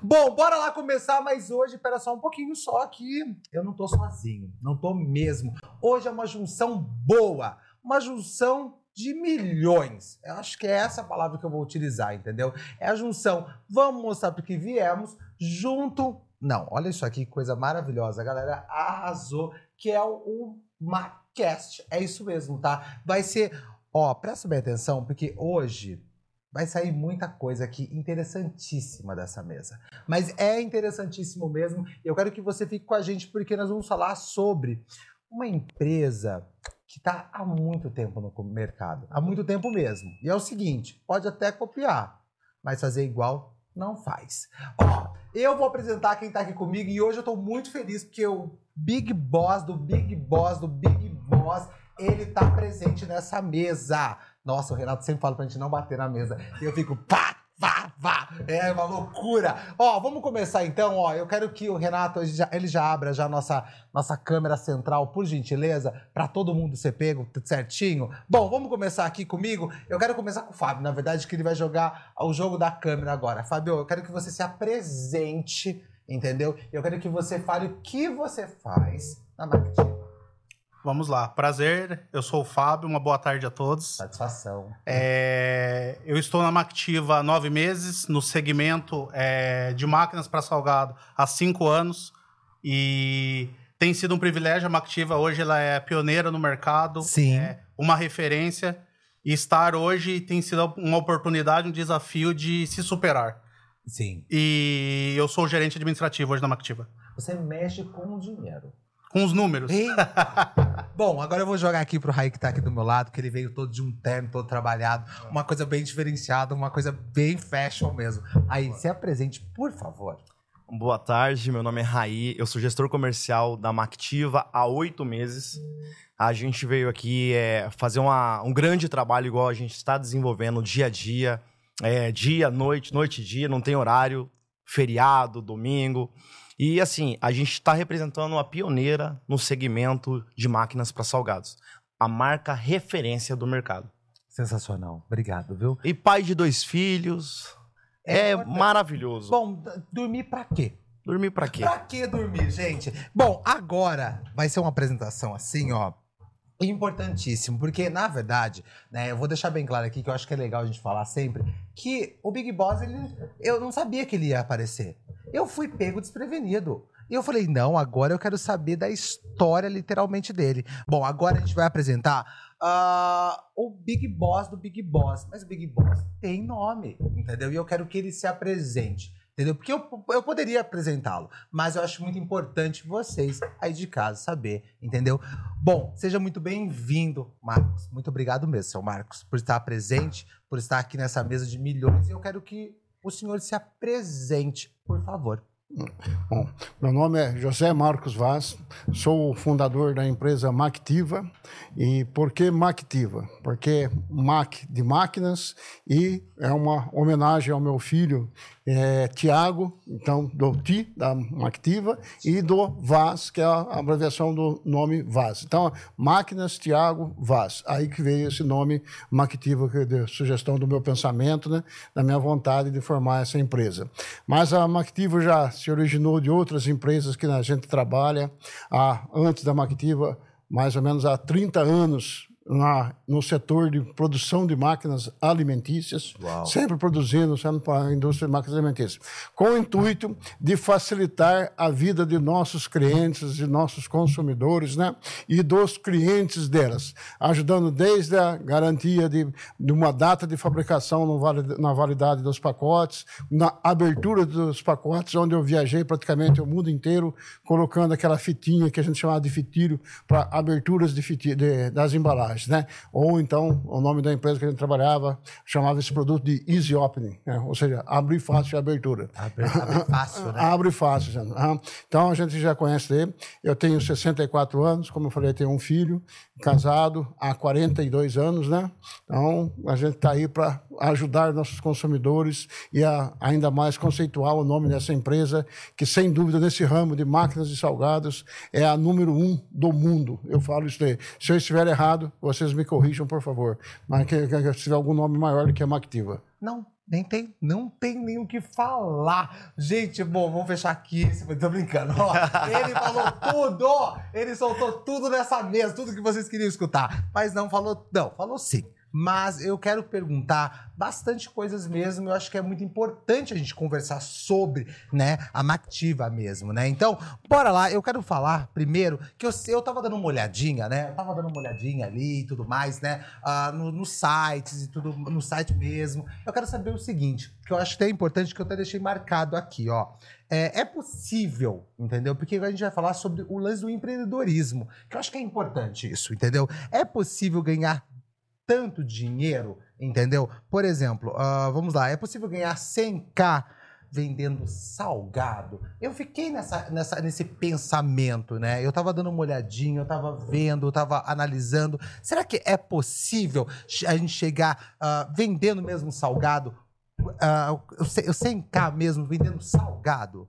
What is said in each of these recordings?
Bom, bora lá começar, mas hoje, espera só um pouquinho só que eu não tô sozinho, não tô mesmo. Hoje é uma junção boa, uma junção de milhões. Eu acho que é essa palavra que eu vou utilizar, entendeu? É a junção. Vamos mostrar porque viemos junto. Não, olha isso aqui, que coisa maravilhosa. A galera arrasou, que é o MacCast. É isso mesmo, tá? Vai ser, ó, presta bem atenção, porque hoje vai sair muita coisa aqui interessantíssima dessa mesa. Mas é interessantíssimo mesmo. Eu quero que você fique com a gente, porque nós vamos falar sobre uma empresa que está há muito tempo no mercado. Há muito tempo mesmo. E é o seguinte, pode até copiar, mas fazer igual não faz. Ó, eu vou apresentar quem está aqui comigo e hoje eu estou muito feliz porque o Big Boss do Big Boss do Big Boss, ele está presente nessa mesa. Nossa, o Renato sempre fala pra gente não bater na mesa. E eu fico pá, vá, vá. É uma loucura. Ó, vamos começar então, ó. Eu quero que o Renato, ele já abra já a nossa câmera central, por gentileza, pra todo mundo ser pego certinho. Bom, vamos começar aqui comigo. Eu quero começar com o Fábio, na verdade, que ele vai jogar o jogo da câmera agora. Fábio, eu quero que você se apresente, entendeu? Eu quero que você fale o que você faz na Mactiva. Vamos lá, prazer, eu sou o Fábio, uma boa tarde a todos. Satisfação. Eu estou na Mactiva há 9 meses, no segmento de máquinas para salgado há 5 anos e tem sido um privilégio. A Mactiva hoje ela é pioneira no mercado, Sim. Uma referência, e estar hoje tem sido uma oportunidade, um desafio de se superar. Sim. E eu sou o gerente administrativo hoje na Mactiva. Você mexe com o dinheiro. Com os números. Bom, agora eu vou jogar aqui pro Raí que tá aqui do meu lado, que ele veio todo de um terno, todo trabalhado. Uma coisa bem diferenciada, uma coisa bem fashion mesmo. Aí, se apresente, por favor. Boa tarde, meu nome é Raí, eu sou gestor comercial da Mactiva há 8 meses. A gente veio aqui fazer um grande trabalho igual a gente está desenvolvendo dia a dia. Dia, noite, noite e dia, não tem horário, feriado, domingo. E assim, a gente está representando uma pioneira no segmento de máquinas para salgados. A marca referência do mercado. Sensacional, obrigado, viu? E pai de 2 filhos, maravilhoso. Bom, dormir pra quê? Dormir pra quê? Pra que dormir, gente? Bom, agora vai ser uma apresentação assim, ó. Importantíssimo, porque, na verdade, né, eu vou deixar bem claro aqui, que eu acho que é legal a gente falar sempre, que o Big Boss, eu não sabia que ele ia aparecer. Eu fui pego desprevenido. E eu falei, não, agora eu quero saber da história, literalmente, dele. Bom, agora a gente vai apresentar o Big Boss do Big Boss. Mas o Big Boss tem nome, entendeu? E eu quero que ele se apresente. Entendeu? Porque eu poderia apresentá-lo, mas eu acho muito importante vocês aí de casa saber, entendeu? Bom, seja muito bem-vindo, Marcos. Muito obrigado mesmo, seu Marcos, por estar presente, por estar aqui nessa mesa de milhões. E eu quero que o senhor se apresente, por favor. Bom, meu nome é José Marcos Vaz, sou o fundador da empresa Mactiva. E por que Mactiva? Porque Mac de máquinas e é uma homenagem ao meu filho Tiago, então do Ti, da Mactiva, e do Vaz, que é a abreviação do nome Vaz. Então, Máquinas Tiago Vaz. Aí que veio esse nome Mactiva, que é sugestão do meu pensamento, né, da minha vontade de formar essa empresa. Mas a Mactiva já se originou de outras empresas que a gente trabalha antes da Mactiva, mais ou menos há 30 anos, no setor de produção de máquinas alimentícias. Uau. Sempre produzindo, sempre para a indústria de máquinas alimentícias, com o intuito de facilitar a vida de nossos clientes, de nossos consumidores, né? E dos clientes delas, ajudando desde a garantia de uma data de fabricação na validade dos pacotes, na abertura dos pacotes, onde eu viajei praticamente o mundo inteiro, colocando aquela fitinha que a gente chamava de fitilho para aberturas das embalagens. Né? Ou então, o nome da empresa que a gente trabalhava chamava esse produto de Easy Opening, né? Ou seja, abre fácil a abertura. Abre fácil, né? Abre fácil. Então, a gente já conhece ele. Eu tenho 64 anos, como eu falei, tenho um filho, casado há 42 anos, né? Então, a gente está aí para ajudar nossos consumidores e ainda mais conceituar o nome dessa empresa, que, sem dúvida, nesse ramo de máquinas de salgados, é a número 1 do mundo. Eu falo isso daí. Se eu estiver errado, vocês me corrijam, por favor. Mas se tiver algum nome maior do que a Mactiva. Não, Não tem nem o que falar. Gente, bom, vamos fechar aqui. Tô brincando. Ó, ele falou tudo. Ele soltou tudo nessa mesa, tudo que vocês queriam escutar. Mas não falou, não, falou sim. Mas eu quero perguntar bastante coisas mesmo. Eu acho que é muito importante a gente conversar sobre, né, a Mactiva mesmo, né? Então, bora lá. Eu quero falar primeiro que eu tava dando uma olhadinha, né? Eu tava dando uma olhadinha ali e tudo mais, né? Nos sites e tudo, no site mesmo. Eu quero saber o seguinte, que eu acho que é importante, que eu até deixei marcado aqui, ó. É possível, entendeu? Porque a gente vai falar sobre o lance do empreendedorismo, que eu acho que é importante isso, entendeu? É possível ganhar tanto dinheiro, entendeu? Por exemplo, vamos lá, é possível ganhar 100k vendendo salgado? Eu fiquei nesse pensamento, né? Eu tava dando uma olhadinha, eu tava vendo, eu tava analisando. Será que é possível a gente chegar vendendo mesmo salgado? 100k mesmo vendendo salgado?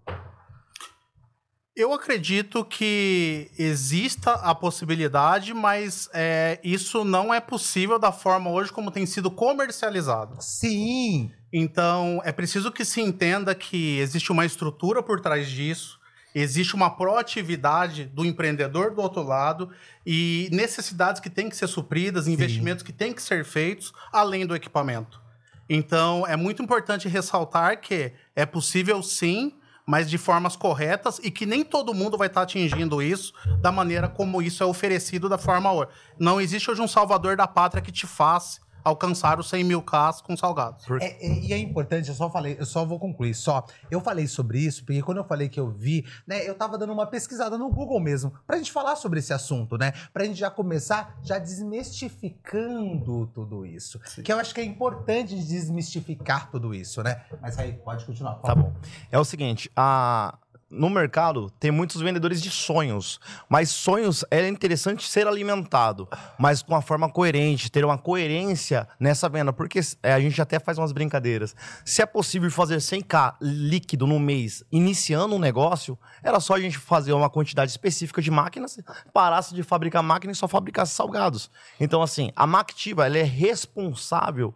Eu acredito que exista a possibilidade, mas isso não é possível da forma hoje como tem sido comercializado. Sim! Então, é preciso que se entenda que existe uma estrutura por trás disso, existe uma proatividade do empreendedor do outro lado e necessidades que têm que ser supridas, investimentos que têm que ser feitos, além do equipamento. Então, é muito importante ressaltar que é possível sim, mas de formas corretas e que nem todo mundo vai estar atingindo isso da maneira como isso é oferecido da forma hoje. Não existe hoje um salvador da pátria que te faça alcançar os 100 mil Ks com salgados. E é importante, eu só vou concluir, eu falei sobre isso, porque quando eu falei que eu vi, né, eu tava dando uma pesquisada no Google mesmo, pra gente falar sobre esse assunto, né, pra gente já começar desmistificando tudo isso, Sim. Que eu acho que é importante desmistificar tudo isso, né, mas aí, pode continuar. Tá bom. É o seguinte, no mercado tem muitos vendedores de sonhos, mas sonhos é interessante ser alimentado, mas com uma forma coerente, ter uma coerência nessa venda, porque a gente até faz umas brincadeiras. Se é possível fazer 100k líquido no mês iniciando um negócio, era só a gente fazer uma quantidade específica de máquinas, parasse de fabricar máquinas e só fabricasse salgados. Então, assim, a Mactiva, ela é responsável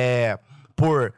por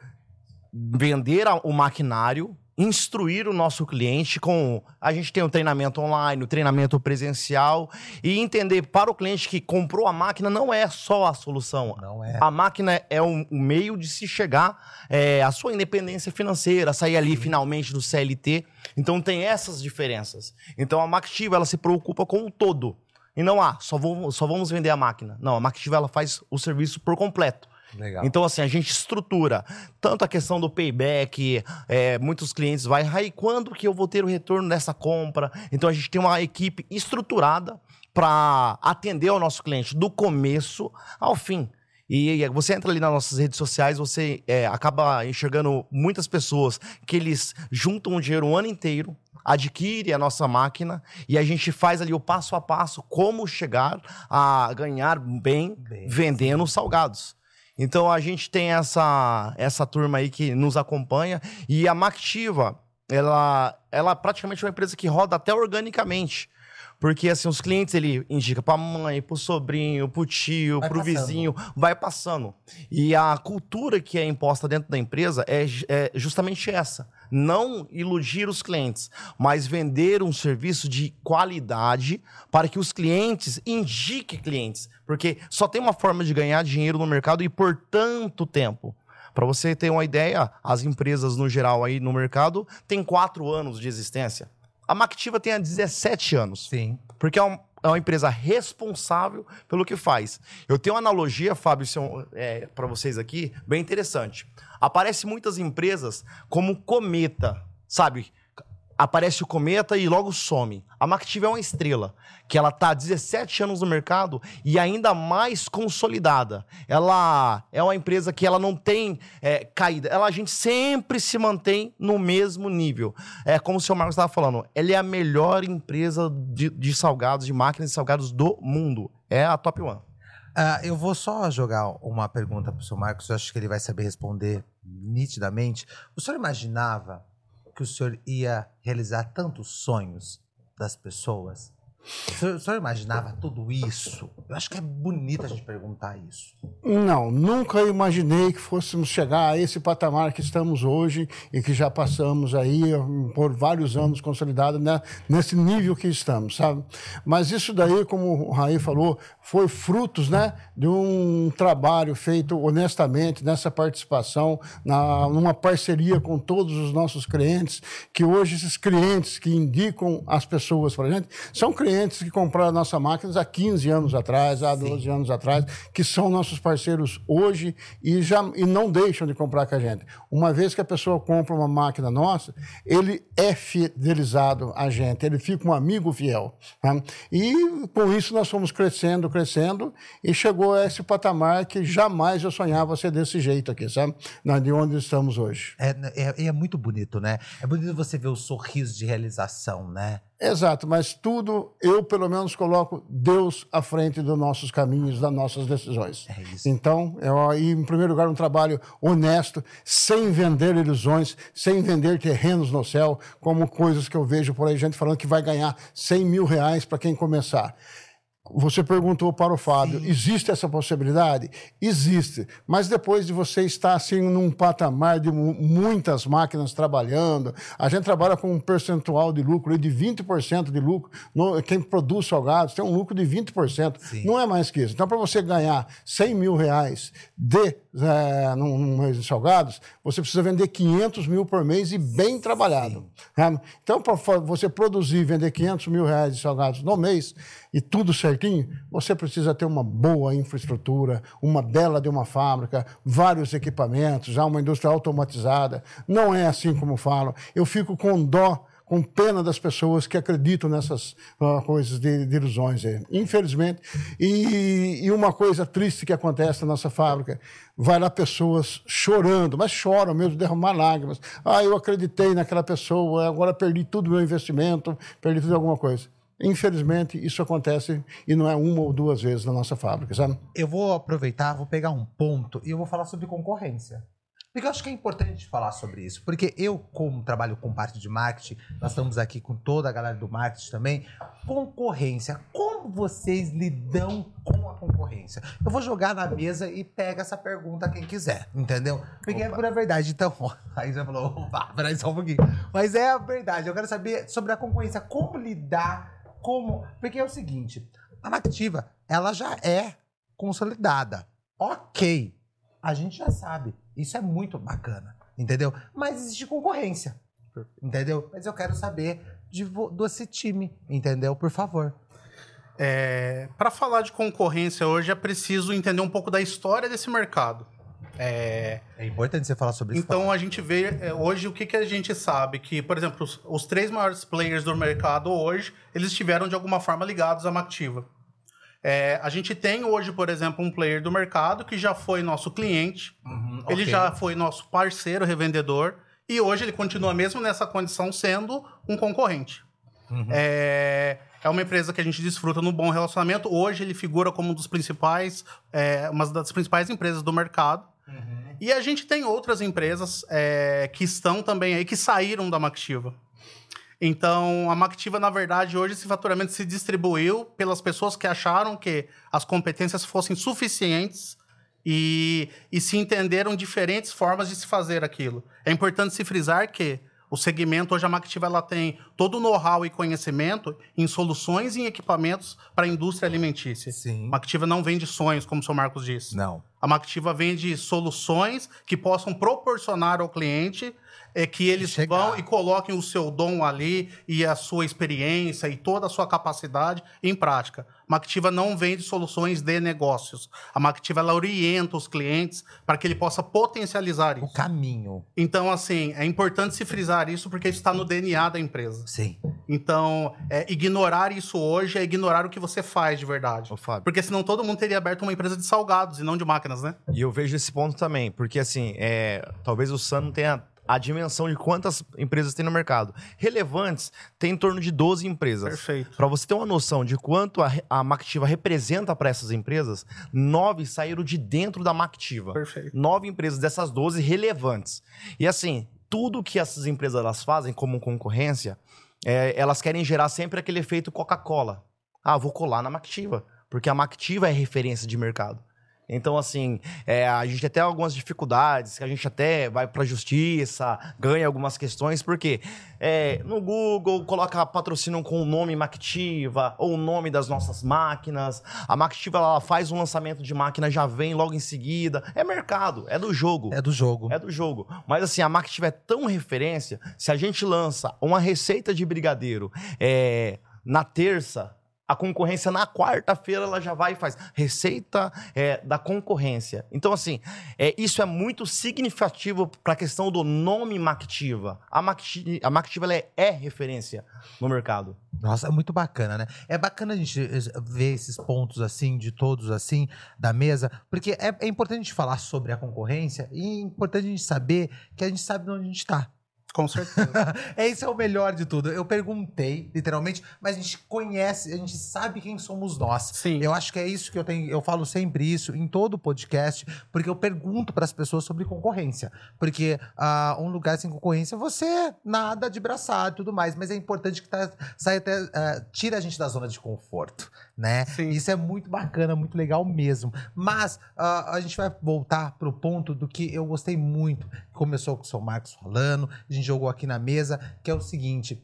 vender o maquinário, instruir o nosso cliente a gente tem o treinamento online, o treinamento presencial e entender para o cliente que comprou a máquina não é só a solução. Não é. A máquina é o meio de se chegar à sua independência financeira, sair ali finalmente do CLT. Então tem essas diferenças. Então a Mactiva, ela se preocupa com o todo. E não só vamos vender a máquina. Não, a Mactiva, ela faz o serviço por completo. Legal. Então, assim, a gente estrutura tanto a questão do payback, muitos clientes e quando que eu vou ter o retorno dessa compra? Então, a gente tem uma equipe estruturada para atender ao nosso cliente do começo ao fim. E você entra ali nas nossas redes sociais, você acaba enxergando muitas pessoas que eles juntam o dinheiro o ano inteiro, adquire a nossa máquina e a gente faz ali o passo a passo como chegar a ganhar bem vendendo salgados. Então, a gente tem essa turma aí que nos acompanha. E a Mactiva, ela praticamente é uma empresa que roda até organicamente. Porque, assim, os clientes, ele indica pra mãe, pro sobrinho, pro tio, pro vizinho, vai passando. E a cultura que é imposta dentro da empresa é justamente essa. Não iludir os clientes, mas vender um serviço de qualidade para que os clientes indiquem clientes. Porque só tem uma forma de ganhar dinheiro no mercado e por tanto tempo. Para você ter uma ideia, as empresas no geral aí no mercado têm 4 anos de existência. A Mactiva tem há 17 anos. Sim. Porque é uma empresa responsável pelo que faz. Eu tenho uma analogia, Fábio, para vocês aqui, bem interessante. Aparece muitas empresas como cometa, sabe? Aparece o cometa e logo some. A Mactiva é uma estrela, que ela está há 17 anos no mercado e ainda mais consolidada. Ela é uma empresa que ela não tem caída. A gente sempre se mantém no mesmo nível. É como o senhor Marcos estava falando, ela é a melhor empresa de salgados, de máquinas de salgados do mundo. É a top one. Eu vou só jogar uma pergunta para o senhor Marcos, eu acho que ele vai saber responder nitidamente. O senhor imaginava que o senhor ia realizar tantos sonhos das pessoas? O senhor imaginava tudo isso? Eu acho que é bonito a gente perguntar isso. Não, nunca imaginei que fôssemos chegar a esse patamar que estamos hoje e que já passamos aí por vários anos consolidados, né, nesse nível que estamos, sabe? Mas isso daí, como o Raí falou, foi frutos, né, de um trabalho feito honestamente nessa participação, numa parceria com todos os nossos clientes, que hoje esses clientes que indicam as pessoas para a gente são clientes que compraram a nossa máquina há 15 anos atrás, há 12 anos atrás, que são nossos parceiros hoje e não deixam de comprar com a gente. Uma vez que a pessoa compra uma máquina nossa, ele é fidelizado a gente, ele fica um amigo fiel. Tá? E com isso nós fomos crescendo e chegou a esse patamar que jamais eu sonhava ser desse jeito aqui, sabe? De onde estamos hoje. É muito bonito, né? É bonito você ver o sorriso de realização, né? Exato, mas tudo, eu pelo menos coloco Deus à frente dos nossos caminhos, das nossas decisões. É isso. Então, em primeiro lugar, um trabalho honesto, sem vender ilusões, sem vender terrenos no céu, como coisas que eu vejo por aí, gente falando que vai ganhar 100 mil reais para quem começar. Você perguntou para o Fábio, existe essa possibilidade? Existe, mas depois de você estar assim num patamar de muitas máquinas trabalhando, a gente trabalha com um percentual de lucro de 20% de lucro, quem produz salgados tem um lucro de 20%, Sim. Não é mais que isso. Então, para você ganhar 100 mil reais num mês de salgados, você precisa vender 500 mil por mês e bem trabalhado. Então, para você produzir e vender 500 mil reais de salgados no mês e tudo certinho, você precisa ter uma boa infraestrutura, uma bela de uma fábrica, vários equipamentos, já uma indústria automatizada. Não é assim como falam. Eu fico com dó, com pena das pessoas que acreditam nessas coisas de ilusões. Infelizmente. E uma coisa triste que acontece na nossa fábrica, vai lá pessoas chorando, mas choram mesmo, derramar lágrimas. Eu acreditei naquela pessoa, agora perdi todo o meu investimento, perdi tudo alguma coisa. Infelizmente, isso acontece e não é uma ou duas vezes na nossa fábrica, sabe? Eu vou aproveitar, vou pegar um ponto e eu vou falar sobre concorrência. Porque eu acho que é importante falar sobre isso. Porque eu, como trabalho com parte de marketing, nós estamos aqui com toda a galera do marketing também. Concorrência. Como vocês lidam com a concorrência? Eu vou jogar na mesa e pega essa pergunta quem quiser, entendeu? Porque é pura verdade. Então, aí já falou, peraí só um pouquinho. Mas é a verdade. Eu quero saber sobre a concorrência. Como lidar, Porque é o seguinte, a Mactiva, ela já é consolidada. Ok. A gente já sabe. Isso é muito bacana, entendeu? Mas existe concorrência, entendeu? Mas eu quero saber desse time, entendeu? Por favor. Para falar de concorrência hoje, é preciso entender um pouco da história desse mercado. É importante você falar sobre isso. Então, a gente vê hoje o que a gente sabe. Que, por exemplo, os 3 maiores players do mercado hoje, eles estiveram de alguma forma ligados à Mactiva. A gente tem hoje, por exemplo, um player do mercado que já foi nosso cliente, ele já foi nosso parceiro revendedor e hoje ele continua mesmo nessa condição sendo um concorrente. É uma empresa que a gente desfruta num bom relacionamento. Hoje ele figura como uma das principais empresas do mercado. E a gente tem outras empresas que estão também aí, que saíram da Mactiva. Então, a Mactiva, na verdade, hoje esse faturamento se distribuiu pelas pessoas que acharam que as competências fossem suficientes e se entenderam diferentes formas de se fazer aquilo. É importante se frisar que o segmento, hoje a Mactiva, ela tem todo o know-how e conhecimento em soluções e em equipamentos para a indústria alimentícia. Sim. A Mactiva não vende sonhos, como o Sr. Marcos disse. Não. A Mactiva vende soluções que possam proporcionar ao cliente que eles vão e coloquem o seu dom ali e a sua experiência e toda a sua capacidade em prática. A Mactiva não vende soluções de negócios. A Mactiva, ela orienta os clientes para que ele possa potencializar isso. O caminho. Então, assim, é importante se frisar isso porque isso está no DNA da empresa. Sim. Então, ignorar isso hoje é ignorar o que você faz de verdade. Ô, Fábio. Porque senão todo mundo teria aberto uma empresa de salgados e não de máquinas, né? E eu vejo esse ponto também, porque assim, talvez o Sam não tenha a dimensão de quantas empresas tem no mercado. Relevantes, tem em torno de 12 empresas. Perfeito. Para você ter uma noção de quanto a Mactiva representa para essas empresas, 9 saíram de dentro da Mactiva. Perfeito. 9 empresas dessas 12 relevantes. E assim, tudo que essas empresas elas fazem como concorrência, elas querem gerar sempre aquele efeito Coca-Cola. vou colar na Mactiva, porque a Mactiva é referência de mercado. Então, assim, a gente tem até algumas dificuldades, que a gente até vai pra justiça, ganha algumas questões, porque no Google coloca patrocínio com o nome Mactiva, ou o nome das nossas máquinas. A Mactiva, ela faz um lançamento de máquina, já vem logo em seguida. É mercado, é do jogo. É do jogo. É do jogo. Mas, assim, a Mactiva é tão referência, se a gente lança uma receita de brigadeiro na terça, a concorrência na quarta-feira ela já vai e faz receita da concorrência. Então, assim, isso é muito significativo para a questão do nome Mactiva. A Mactiva ela é referência no mercado. Nossa, é muito bacana, né? É bacana a gente ver esses pontos assim, de todos assim, da mesa, porque é importante a gente falar sobre a concorrência e é importante a gente saber que a gente sabe onde a gente está. Com certeza. Esse é o melhor de tudo. Eu perguntei, literalmente, mas a gente conhece, a gente sabe quem somos nós. Sim. Eu acho que é isso que eu tenho. Eu falo sempre isso em todo o podcast, porque eu pergunto para as pessoas sobre concorrência. Porque um lugar sem concorrência, você nada de braçada e tudo mais, mas é importante que saia até, tira a gente da zona de conforto, né? Sim. Isso é muito bacana, muito legal mesmo. Mas a gente vai voltar pro ponto do que eu gostei muito. Começou com o seu Marcos falando, a gente jogou aqui na mesa, que é o seguinte,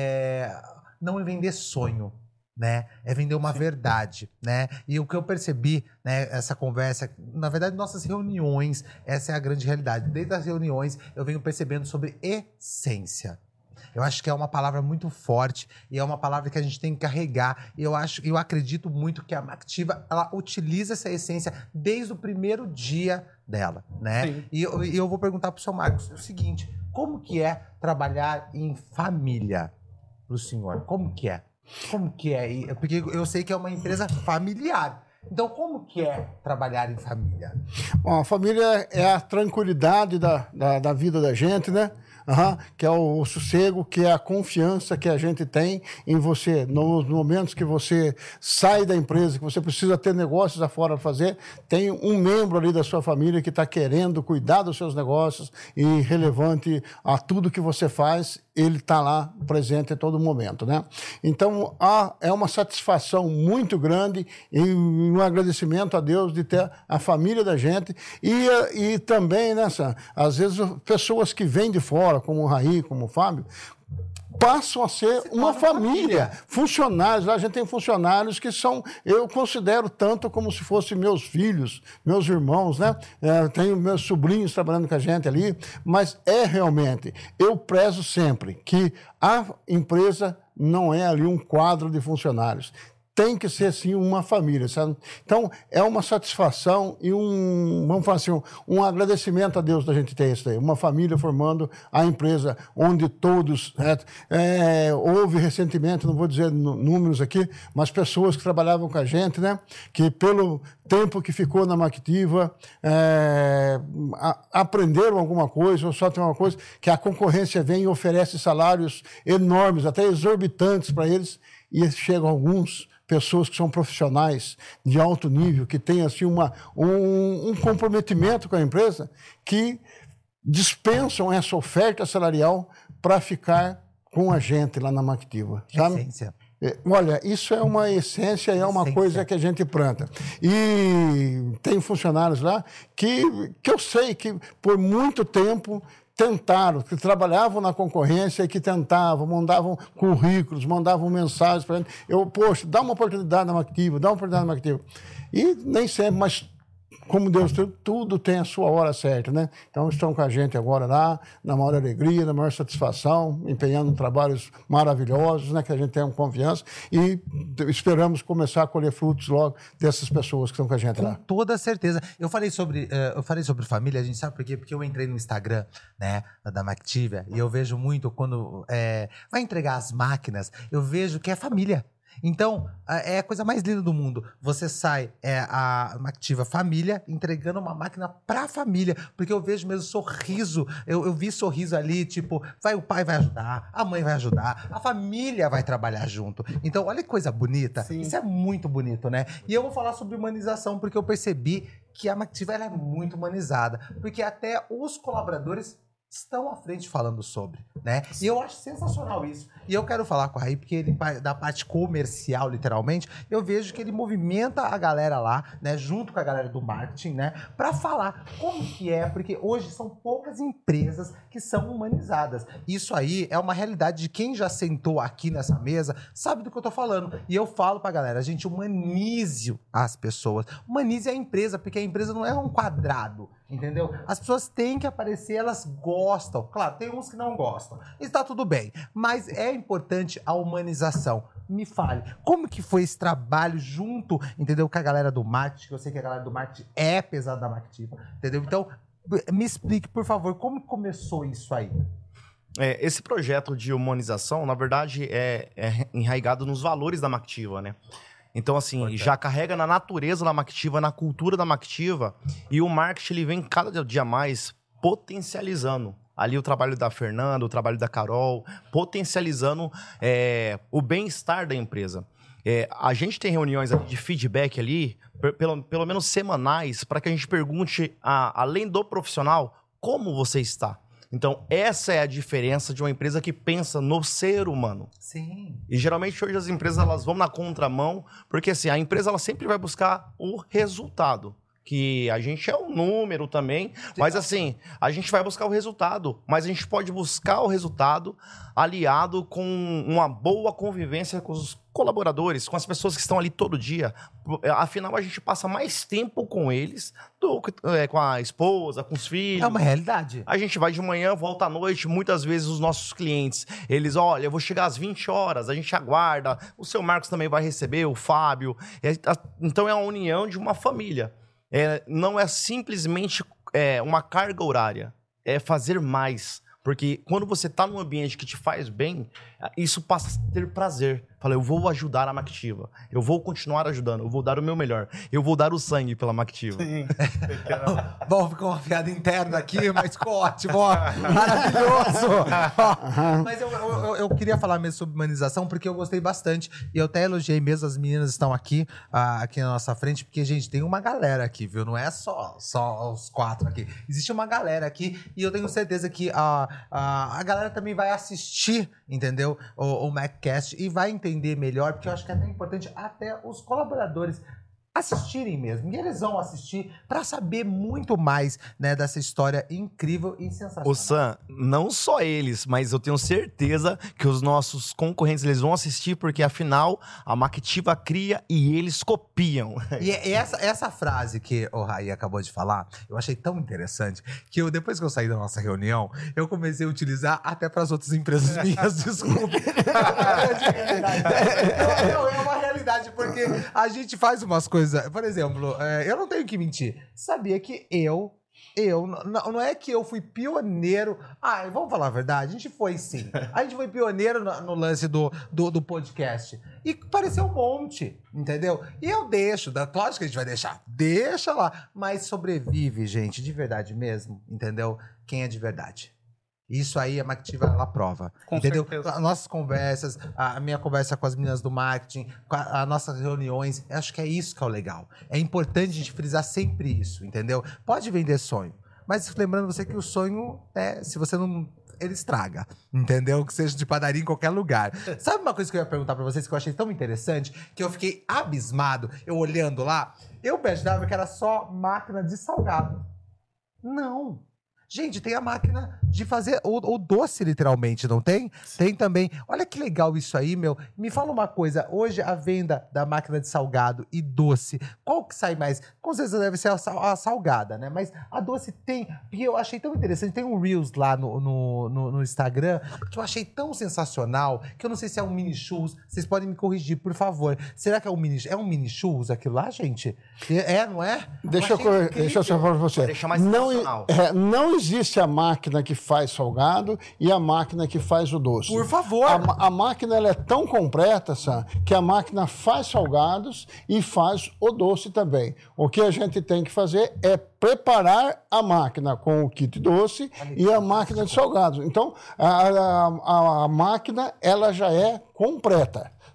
não é vender sonho, né? É vender uma verdade, né? E o que eu percebi, né, essa conversa, na verdade, nossas reuniões, essa é a grande realidade. Desde as reuniões, eu venho percebendo sobre essência. Eu acho que é uma palavra muito forte e é uma palavra que a gente tem que carregar. E eu acredito muito que a Mactiva, ela utiliza essa essência desde o primeiro dia dela, né? Sim. E eu vou perguntar pro seu Marcos o seguinte, como que é trabalhar em família pro senhor? Como que é? Como que é? Porque eu sei que é uma empresa familiar. Então, como que é trabalhar em família? Bom, a família é a tranquilidade da vida da gente, né? Que é o sossego, que é a confiança que a gente tem em você. Nos momentos que você sai da empresa, que você precisa ter negócios afora para fazer, tem um membro ali da sua família que está querendo cuidar dos seus negócios e relevante a tudo que você faz, ele está lá presente a todo momento, né? Então, é uma satisfação muito grande e um agradecimento a Deus de ter a família da gente e também, né, às vezes, pessoas que vêm de fora, como o Raí, como o Fábio, passam a ser uma família. Funcionários, lá a gente tem funcionários que eu considero tanto como se fossem meus filhos, meus irmãos, né? Tenho meus sobrinhos trabalhando com a gente ali, mas realmente, eu prezo sempre que a empresa não é ali um quadro de funcionários. Tem que ser, sim, uma família, sabe? Então, é uma satisfação e vamos falar assim, um agradecimento a Deus da gente ter isso aí. Uma família formando a empresa onde todos... houve recentemente, não vou dizer números aqui, mas pessoas que trabalhavam com a gente, né? Que pelo tempo que ficou na Mactiva, aprenderam alguma coisa, ou só tem uma coisa, que a concorrência vem e oferece salários enormes, até exorbitantes para eles, e chegam alguns... pessoas que são profissionais de alto nível, que têm assim, um comprometimento com a empresa, que dispensam essa oferta salarial para ficar com a gente lá na Mactiva, sabe? Essência. Olha, isso é uma essência, é uma coisa que a gente planta. E tem funcionários lá que eu sei que por muito tempo tentaram, que trabalhavam na concorrência e que tentavam, mandavam currículos, mandavam mensagens para gente. Poxa, dá uma oportunidade na Mactiva, dá uma oportunidade na Mactiva. E nem sempre, mas como Deus tudo tem a sua hora certa, né? Então estão com a gente agora lá, na maior alegria, na maior satisfação, empenhando trabalhos maravilhosos, né? Que a gente tem confiança e esperamos começar a colher frutos logo dessas pessoas que estão com a gente lá. Com toda certeza. Eu falei sobre família, a gente sabe por quê? Porque eu entrei no Instagram, né, da Mactiva, e eu vejo muito quando vai entregar as máquinas, eu vejo que é família. Então, é a coisa mais linda do mundo. Você sai, a Mactiva família, entregando uma máquina pra família. Porque eu vejo mesmo sorriso. Eu vi sorriso ali, tipo, o pai vai ajudar, a mãe vai ajudar, a família vai trabalhar junto. Então, olha que coisa bonita. Sim. Isso é muito bonito, né? E eu vou falar sobre humanização, porque eu percebi que a Mactiva ela é muito humanizada. Porque até os colaboradores estão à frente falando sobre, né? E eu acho sensacional isso. E eu quero falar com o Raí, porque ele, da parte comercial, literalmente, eu vejo que ele movimenta a galera lá, né, junto com a galera do marketing, né, para falar como que é, porque hoje são poucas empresas que são humanizadas. Isso aí é uma realidade de quem já sentou aqui nessa mesa, sabe do que eu tô falando. E eu falo pra galera, gente, humanize as pessoas, humanize a empresa, porque a empresa não é um quadrado, entendeu? As pessoas têm que aparecer, elas gostam. Claro, tem uns que não gostam. Está tudo bem. Mas é importante a humanização. Me fale, como que foi esse trabalho junto, entendeu, com a galera do marketing? Eu sei que a galera do marketing é pesada da Mactiva, entendeu? Então, me explique, por favor, como começou isso aí? Esse projeto de humanização, na verdade, é enraizado nos valores da Mactiva, né? Então, assim, já carrega na natureza da Mactiva, na cultura da Mactiva, e o marketing ele vem cada dia mais potencializando ali o trabalho da Fernanda, o trabalho da Carol, potencializando o bem-estar da empresa. A gente tem reuniões ali de feedback ali, pelo menos semanais, para que a gente pergunte, além do profissional, como você está. Então, essa é a diferença de uma empresa que pensa no ser humano. Sim. E geralmente hoje as empresas elas vão na contramão, porque assim, a empresa ela sempre vai buscar o resultado. Que a gente é um número também, mas assim, a gente vai buscar o resultado, mas a gente pode buscar o resultado aliado com uma boa convivência com os colaboradores, com as pessoas que estão ali todo dia. Afinal, a gente passa mais tempo com eles, com a esposa, com os filhos. É uma realidade. A gente vai de manhã, volta à noite, muitas vezes os nossos clientes, eles, olha, eu vou chegar às 20 horas, a gente aguarda, o seu Marcos também vai receber, o Fábio. Então é a união de uma família. Não é simplesmente uma carga horária, é fazer mais. Porque quando você está num ambiente que te faz bem, isso passa a ter prazer. Fala, eu vou ajudar a Mactiva, eu vou continuar ajudando, eu vou dar o meu melhor, eu vou dar o sangue pela Mactiva. Sim. Bom, ficou uma piada interna aqui, mas ficou ótimo, ó, maravilhoso. Mas eu queria falar mesmo sobre humanização, porque eu gostei bastante, e eu até elogiei mesmo, as meninas estão aqui na nossa frente, porque, gente, tem uma galera aqui, viu? Não é só os 4 aqui. Existe uma galera aqui, e eu tenho certeza que a galera também vai assistir, entendeu? O Maccast, e vai entender melhor, porque eu acho que é até importante até os colaboradores assistirem mesmo. E eles vão assistir para saber muito mais, né, dessa história incrível e sensacional. O Sam, não só eles, mas eu tenho certeza que os nossos concorrentes eles vão assistir, porque afinal a Mactiva cria e eles copiam. E essa frase que o Raí acabou de falar, eu achei tão interessante que depois que eu saí da nossa reunião, eu comecei a utilizar até para as outras empresas minhas, desculpa. É uma realidade, porque a gente faz umas coisas. Por exemplo, eu não tenho que mentir. Sabia que não é que eu fui pioneiro. Vamos falar a verdade? A gente foi sim. A gente foi pioneiro no lance do podcast. E pareceu um monte, entendeu? E eu deixo, lógico que a gente vai deixar. Deixa lá. Mas sobrevive, gente, de verdade mesmo, entendeu? Quem é de verdade. Isso aí a Mactiva, ela prova, Com entendeu? certeza. As nossas conversas, a minha conversa com as meninas do marketing, as nossas reuniões, eu acho que é isso que é o legal. É importante a gente frisar sempre isso, entendeu? Pode vender sonho, mas lembrando você que o sonho, se você não... ele estraga, entendeu? Que seja de padaria em qualquer lugar. Sabe uma coisa que eu ia perguntar pra vocês que eu achei tão interessante, que eu fiquei abismado, eu olhando lá, eu imaginava que era só máquina de salgado. Não. Gente, tem a máquina de fazer o doce, literalmente, não tem? Tem também. Olha que legal isso aí, meu. Me fala uma coisa. Hoje, a venda da máquina de salgado e doce, qual que sai mais? Com certeza deve ser a salgada, né? Mas a doce tem... Porque eu achei tão interessante. Tem um Reels lá no Instagram que eu achei tão sensacional que eu não sei se é um mini churros. Vocês podem me corrigir, por favor. Será que é um mini churros aquilo lá, gente? Não é? Deixa eu só falar pra você. Deixa mais sensacional. Não existe a máquina que faz salgado e a máquina que faz o doce. Por favor. A máquina ela é tão completa, Sam, que a máquina faz salgados e faz o doce também. O que a gente tem que fazer é preparar a máquina com o kit doce e a máquina de salgados. Então, a máquina ela já é completa.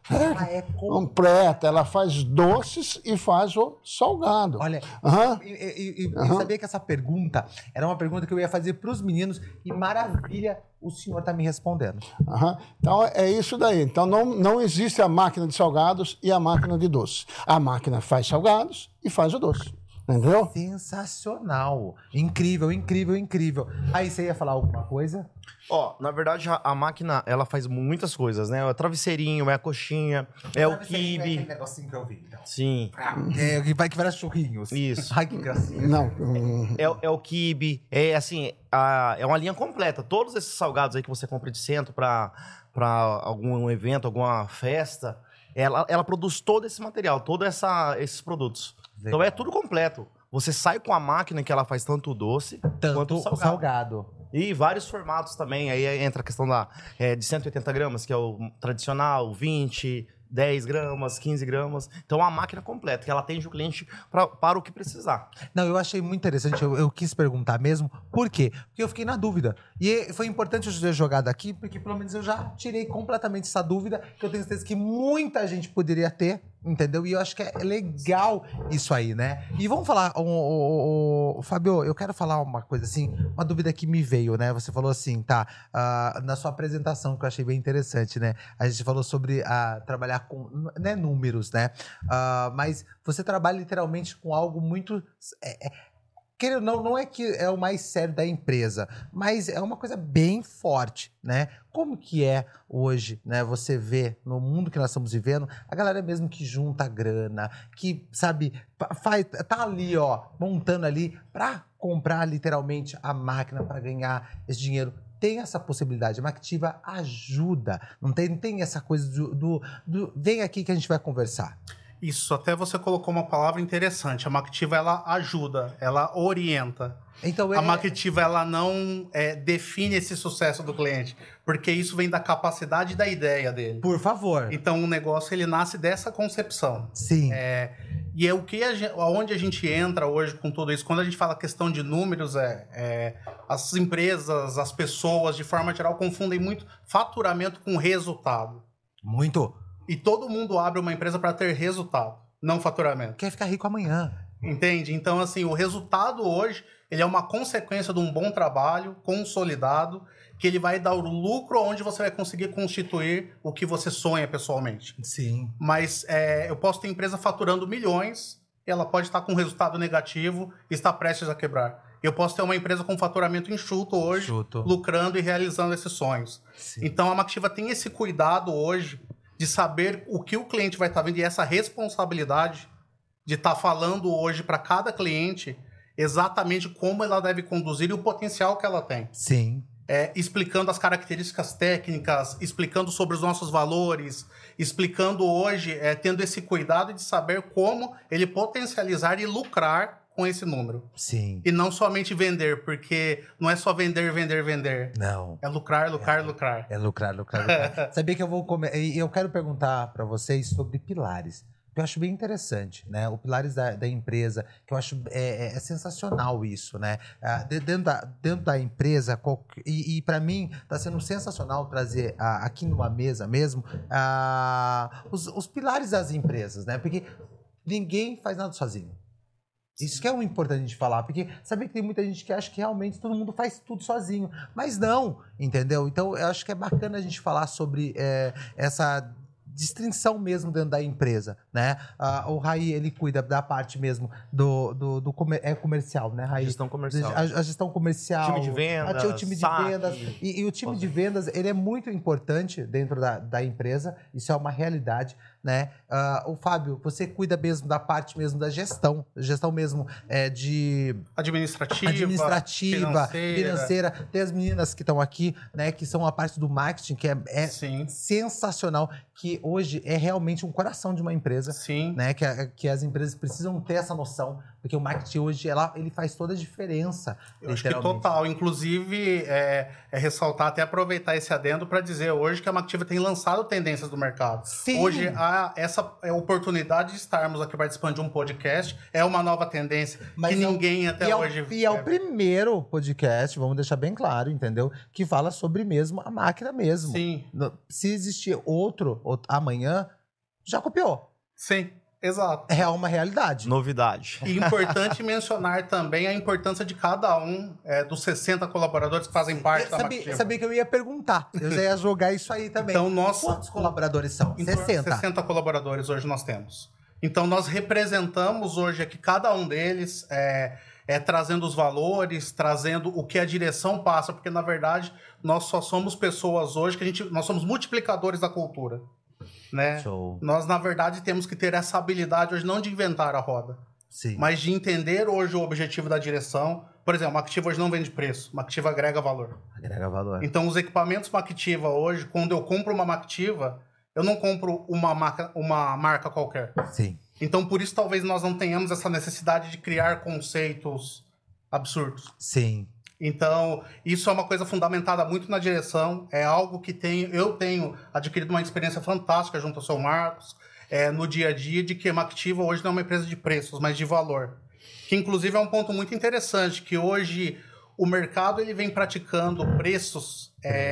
Ela é completa. Ela faz doces e faz o salgado. Olha, sabia que essa pergunta era uma pergunta que eu ia fazer para os meninos e maravilha, o senhor está me respondendo. Então é isso daí. Então não existe a máquina de salgados e a máquina de doces. A máquina faz salgados e faz o doce. Entendeu? Sensacional. Incrível, incrível, incrível. Aí você ia falar alguma coisa? Na verdade, a máquina, ela faz muitas coisas, né? É o travesseirinho, é a coxinha, é o quibe. É aquele negocinho que eu vi, então. Sim. Que vai que vários churrinhos. Isso. Ai, que gracinha. Não. É o quibe, é assim, é uma linha completa. Todos esses salgados aí que você compra de centro para algum evento, alguma festa, ela produz todo esse material, todos esses produtos. Legal. Então é tudo completo. Você sai com a máquina que ela faz tanto o doce quanto o salgado. E vários formatos também. Aí entra a questão de 180 gramas, que é o tradicional, 20, 10 gramas, 15 gramas. Então, a máquina completa, que ela atende o cliente para o que precisar. Não, eu achei muito interessante. Eu quis perguntar mesmo. Por quê? Porque eu fiquei na dúvida. E foi importante eu ter jogado aqui, porque pelo menos eu já tirei completamente essa dúvida, que eu tenho certeza que muita gente poderia ter, entendeu? E eu acho que é legal isso aí, né? E vamos falar, Fábio, eu quero falar uma coisa assim, uma dúvida que me veio, né? Você falou assim, na sua apresentação, que eu achei bem interessante, né? A gente falou sobre trabalhar com, né, números, né? Mas você trabalha literalmente com algo muito... Não é que é o mais sério da empresa, mas é uma coisa bem forte, né? Como que é hoje, né? Você vê no mundo que nós estamos vivendo, a galera mesmo que junta grana, que, sabe, tá ali, montando ali para comprar literalmente a máquina para ganhar esse dinheiro. Tem essa possibilidade. A Mactiva ajuda. Não tem essa coisa do vem aqui que a gente vai conversar. Isso, até você colocou uma palavra interessante. A Mactiva, ela ajuda, ela orienta. Então, a Mactiva, ela não define esse sucesso do cliente, porque isso vem da capacidade e da ideia dele. Por favor. Então, o negócio, ele nasce dessa concepção. Sim. E é aonde a gente entra hoje com tudo isso. Quando a gente fala questão de números, as empresas, as pessoas, de forma geral, confundem muito faturamento com resultado. Muito. E todo mundo abre uma empresa para ter resultado, não faturamento. Quer ficar rico amanhã. Entende? Então, assim, o resultado hoje, ele é uma consequência de um bom trabalho consolidado, que ele vai dar o lucro onde você vai conseguir constituir o que você sonha pessoalmente. Sim. Mas eu posso ter empresa faturando milhões, ela pode estar com resultado negativo e está prestes a quebrar. Eu posso ter uma empresa com faturamento enxuto hoje, lucrando e realizando esses sonhos. Sim. Então, a Mactiva tem esse cuidado hoje de saber o que o cliente vai estar vendo e essa responsabilidade de estar falando hoje para cada cliente exatamente como ela deve conduzir e o potencial que ela tem. Sim. Explicando as características técnicas, explicando sobre os nossos valores, explicando hoje, tendo esse cuidado de saber como ele potencializar e lucrar com esse número. Sim. E não somente vender, porque não é só vender. Não. É lucrar. É lucrar. Sabia que eu quero perguntar para vocês sobre pilares. Que eu acho bem interessante, né? O pilares da empresa, que eu acho sensacional isso, né? Dentro da empresa, e para mim está sendo sensacional trazer aqui numa mesa mesmo os pilares das empresas, né? Porque ninguém faz nada sozinho. Isso que é o importante de falar, porque sabe que tem muita gente que acha que realmente todo mundo faz tudo sozinho, mas não, entendeu? Então, eu acho que é bacana a gente falar sobre essa distinção mesmo dentro da empresa, né? O Raí, ele cuida da parte mesmo do comercial, né, Raí? Gestão comercial. A gestão comercial. Time de vendas, o time de vendas. E o time de vendas, ele é muito importante dentro da empresa, isso é uma realidade, né? O Fábio, você cuida mesmo da parte mesmo da gestão mesmo de... Administrativa, financeira. Tem as meninas que estão aqui, né, que são a parte do marketing, que é sensacional, que hoje é realmente um coração de uma empresa. Sim. Né, que as empresas precisam ter essa noção, porque o marketing hoje ele faz toda a diferença. Eu acho que total. Inclusive, ressaltar, até aproveitar esse adendo para dizer hoje que a Mactiva tem lançado tendências do mercado. Sim. Hoje, essa oportunidade de estarmos aqui participando de um podcast é uma nova tendência. Mas que ninguém até hoje... E é o primeiro podcast, vamos deixar bem claro, entendeu? Que fala sobre mesmo a máquina mesmo. Sim. Se existir outro amanhã, já copiou. Sim, exato. É uma realidade. Novidade. E importante mencionar também a importância de cada um dos 60 colaboradores que fazem parte da Mactiva. Sabia que eu ia perguntar. Eu já ia jogar isso aí também. Então, nós... Quantos colaboradores são? Em torno de 60. 60 colaboradores hoje nós temos. Então, nós representamos hoje aqui cada um deles, trazendo os valores, trazendo o que a direção passa, porque, na verdade, nós só somos pessoas hoje nós somos multiplicadores da cultura. Né? Show. Nós, na verdade, temos que ter essa habilidade hoje não de inventar a roda, Sim. mas de entender hoje o objetivo da direção. Por exemplo, a Mactiva hoje não vende preço, a Mactiva agrega valor. Agrega valor. Então, os equipamentos Mactiva hoje, quando eu compro uma Mactiva, eu não compro uma marca qualquer. Sim. Então, por isso, talvez nós não tenhamos essa necessidade de criar conceitos absurdos. Sim. Então, isso é uma coisa fundamentada muito na direção, é algo que eu tenho adquirido uma experiência fantástica junto ao seu Marcos, no dia a dia, de que a Mactiva hoje não é uma empresa de preços, mas de valor. Que, inclusive, é um ponto muito interessante, que hoje o mercado ele vem praticando preços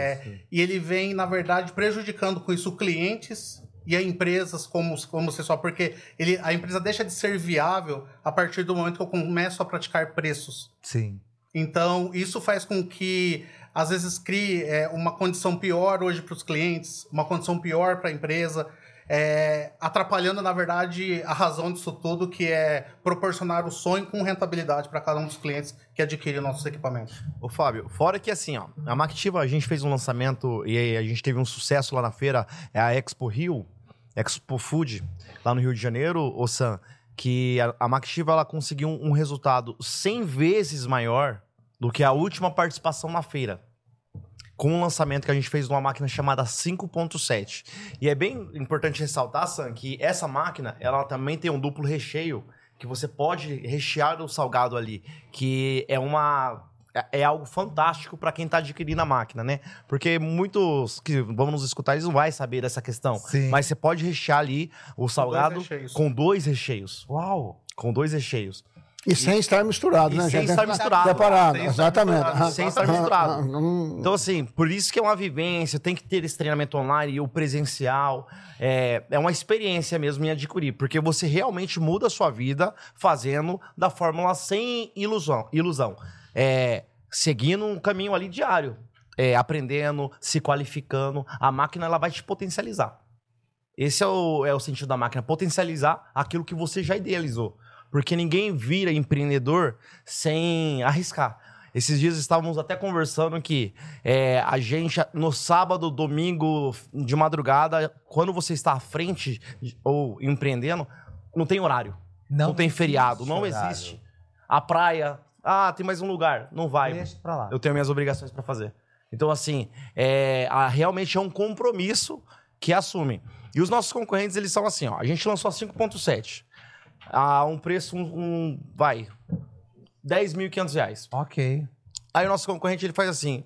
e ele vem, na verdade, prejudicando com isso clientes e a empresas como você só, porque a empresa deixa de ser viável a partir do momento que eu começo a praticar preços. Sim. Então, isso faz com que, às vezes, crie uma condição pior hoje para os clientes, uma condição pior para a empresa, atrapalhando, na verdade, a razão disso tudo, que é proporcionar o sonho com rentabilidade para cada um dos clientes que adquirem nossos equipamentos. Ô, Fábio, fora que assim, ó, a Mactiva, a gente fez um lançamento e aí a gente teve um sucesso lá na feira, a Expo Rio, Expo Food, lá no Rio de Janeiro, ô Sam, que a Mactiva, ela conseguiu um resultado 100 vezes maior do que a última participação na feira, com um lançamento que a gente fez de uma máquina chamada 5.7. E é bem importante ressaltar, Sam, que essa máquina, ela também tem um duplo recheio, que você pode rechear o salgado ali, que é algo fantástico para quem está adquirindo a máquina, né? Porque muitos que vão nos escutar, eles não vão saber dessa questão. Sim. Mas você pode rechear ali o salgado com 2 recheios. Uau! Com 2 recheios. E sem estar misturado, E né? sem Já estar misturado. Separado, Sem estar exatamente. misturado. Sem estar misturado. Então, Então, assim, por isso que é uma vivência, tem que ter esse treinamento online e o presencial. É uma experiência mesmo em adquirir, porque você realmente muda a sua vida fazendo da fórmula sem ilusão. Seguindo um caminho ali diário. Aprendendo, se qualificando. A máquina, ela vai te potencializar. Esse é o sentido da máquina, potencializar aquilo que você já idealizou. Porque ninguém vira empreendedor sem arriscar. Esses dias estávamos até conversando que a gente, no sábado, domingo, de madrugada, quando você está à frente ou empreendendo, não tem horário. Não tem feriado, não existe. A praia, tem mais um lugar, não vai. Deixa pra lá. Eu tenho minhas obrigações para fazer. Então, assim, realmente é um compromisso que assumem. E os nossos concorrentes, eles são assim, ó. A gente lançou a 5.7. A um preço, vai, R$10.500. Ok. Aí o nosso concorrente, ele faz assim,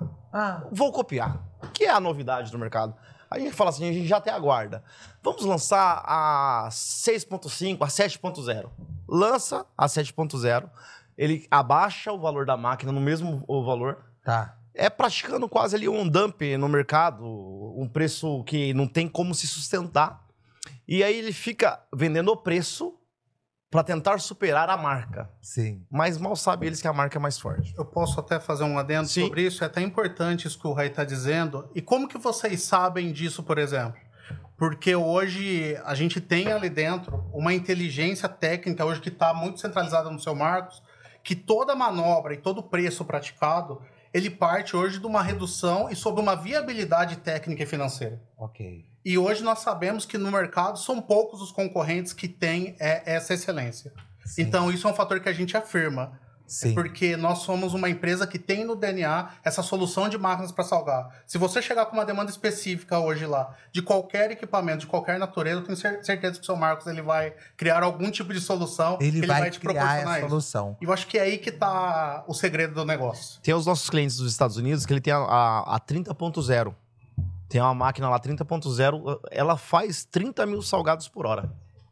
vou copiar, que é a novidade do mercado. Aí a gente fala assim, a gente já até aguarda. Vamos lançar a 6.5, a 7.0. Lança a 7.0, ele abaixa o valor da máquina no mesmo valor. Tá. Praticando quase ali um dump no mercado, um preço que não tem como se sustentar. E aí ele fica vendendo o preço para tentar superar a marca. Sim. Mas mal sabe eles que a marca é mais forte. Eu posso até fazer um adendo sobre isso? É até importante isso que o Ray está dizendo. E como que vocês sabem disso, por exemplo? Porque hoje a gente tem ali dentro uma inteligência técnica hoje que está muito centralizada no seu Marcos, que toda manobra e todo preço praticado, ele parte hoje de uma redução e sobre uma viabilidade técnica e financeira. Ok. E hoje nós sabemos que no mercado são poucos os concorrentes que têm essa excelência. Sim. Então, isso é um fator que a gente afirma. Sim. Porque nós somos uma empresa que tem no DNA essa solução de máquinas para salgar. Se você chegar com uma demanda específica hoje lá, de qualquer equipamento, de qualquer natureza, eu tenho certeza que o seu Marcos ele vai criar algum tipo de solução que ele vai te proporcionar isso. Solução. E eu acho que é aí que está o segredo do negócio. Tem os nossos clientes dos Estados Unidos que ele tem a 30.0. Tem uma máquina lá 30.0, ela faz 30 mil salgados por hora.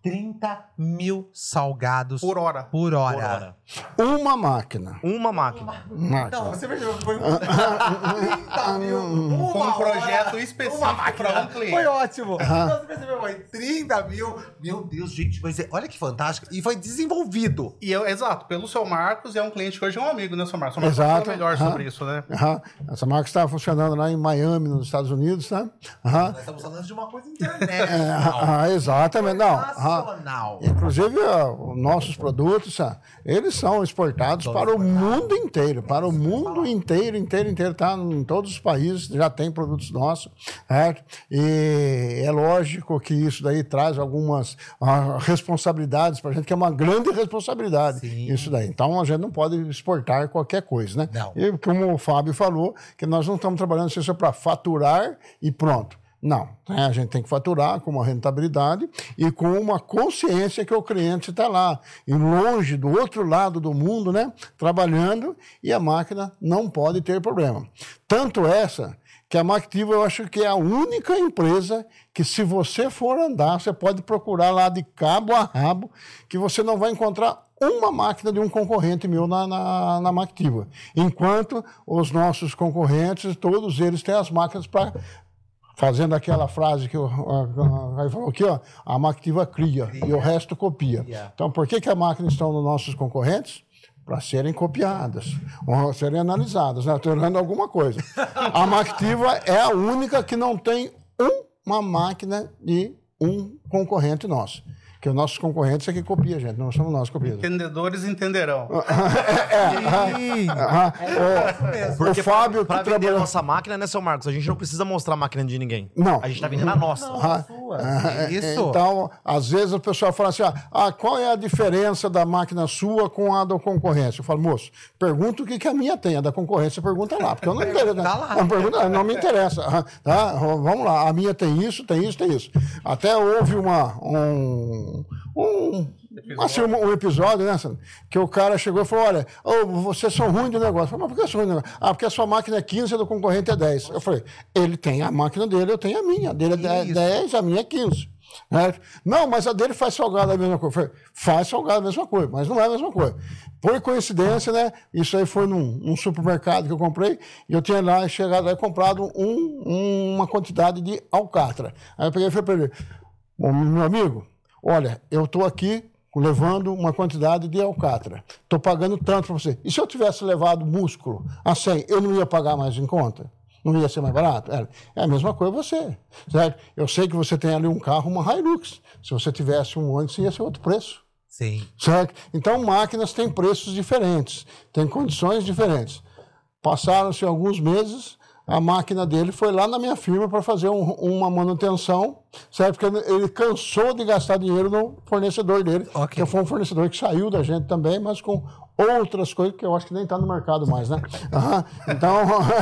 30 mil salgados Por hora. Por hora. Uma máquina. Uma máquina. Não, você percebeu que foi 30 mil. Foi um projeto específico para um cliente. Foi ótimo. Então, você percebeu? Foi 30 mil. Meu Deus, gente, mas olha que fantástico. E foi desenvolvido. E exato, pelo seu Marcos, é um cliente que hoje é um amigo, né, seu Marcos? O Marcos Exato. fala melhor sobre isso, né? Essa marca está funcionando lá em Miami, nos Estados Unidos, né? Nós estamos falando de uma coisa internet. Exatamente. Não. Nacional. Inclusive, os nossos produtos, eles são exportados para o mundo inteiro. Para o mundo inteiro. Tá em todos os países, já tem produtos nossos, certo? E é lógico que isso daí traz algumas responsabilidades para a gente, que é uma grande responsabilidade. Sim. Isso daí. Então, a gente não pode exportar qualquer coisa, né? Não. E como o Fábio falou, que nós não estamos trabalhando só para faturar e pronto. Não, né? A gente tem que faturar com uma rentabilidade e com uma consciência que o cliente está lá, e longe, do outro lado do mundo, né? Trabalhando, e a máquina não pode ter problema. Tanto essa que a Mactiva, eu acho que é a única empresa que, se você for andar, você pode procurar lá de cabo a rabo, que você não vai encontrar uma máquina de um concorrente meu na Mactiva. Enquanto os nossos concorrentes, todos eles têm as máquinas para... Fazendo aquela frase que aí falou aqui, ó, a Mactiva cria e o resto copia. Então, por que a máquina estão nos nossos concorrentes? Para serem copiadas, ou serem analisadas, né? Alterando alguma coisa. A Mactiva é a única que não tem uma máquina de um concorrente nosso. Porque os nossos concorrentes é que copia, gente. Não somos nós copiadores. Entendedores entenderão. Porque o Fábio pra que vender trabalhou... a nossa máquina, né, seu Marcos? A gente não precisa mostrar a máquina de ninguém. Não. A gente tá vendendo a nossa. Isso. Então, às vezes o pessoal fala assim, qual é a diferença da máquina sua com a da concorrência? Eu falo, moço, pergunta o que a minha tem, a da concorrência pergunta lá, porque eu não interessa. Tá lá. Não me interessa. Tá? Vamos lá, a minha tem isso. Até houve um episódio, né, Sandro? Que o cara chegou e falou, olha, vocês são ruins de negócio. Eu falei, mas por que são ruins de negócio? Porque a sua máquina é 15 e a do concorrente é 10. Eu falei, ele tem a máquina dele, eu tenho a minha. A dele é 10, a minha é 15. Né? Não, mas a dele faz salgado a mesma coisa. Eu falei, faz salgado a mesma coisa, mas não é a mesma coisa. Por coincidência, né? Isso aí foi num supermercado que eu comprei, e eu tinha lá chegado lá e comprado uma quantidade de alcatra. Aí eu peguei e falei para ele, meu amigo, olha, eu estou aqui levando uma quantidade de alcatra. Estou pagando tanto para você. E se eu tivesse levado músculo a 100, eu não ia pagar mais em conta? Não ia ser mais barato? É a mesma coisa você. Certo? Eu sei que você tem ali um carro, uma Hilux. Se você tivesse um Onix, ia ser outro preço. Sim. Certo? Então, máquinas têm preços diferentes, têm condições diferentes. Passaram-se alguns meses, a máquina dele foi lá na minha firma para fazer uma manutenção, certo? Porque ele cansou de gastar dinheiro no fornecedor dele, que foi um fornecedor que saiu da gente também, mas com outras coisas que eu acho que nem está no mercado mais, né? Então,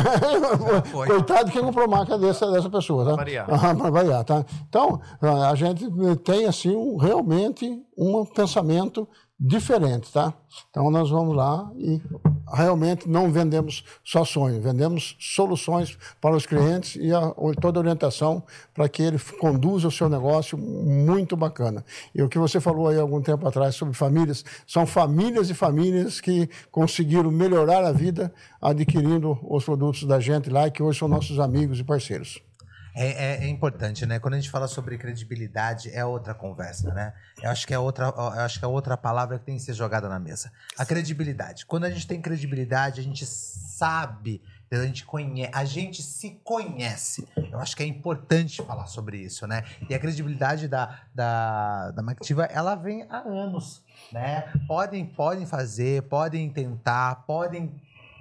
coitado de quem comprou máquina dessa pessoa, tá? Para variar, tá? Então, a gente tem, assim, realmente um pensamento diferente, tá? Então, nós vamos lá e realmente não vendemos só sonhos, vendemos soluções para os clientes e toda a orientação para que ele conduza o seu negócio muito bacana. E o que você falou aí há algum tempo atrás sobre famílias, são famílias e famílias que conseguiram melhorar a vida adquirindo os produtos da gente lá, e que hoje são nossos amigos e parceiros. É importante, né? Quando a gente fala sobre credibilidade, é outra conversa, né? Eu acho que é outra palavra que tem que ser jogada na mesa. A credibilidade. Quando a gente tem credibilidade, a gente sabe, a gente se conhece. Eu acho que é importante falar sobre isso, né? E a credibilidade da Mactiva, ela vem há anos, né? Podem fazer, podem tentar, podem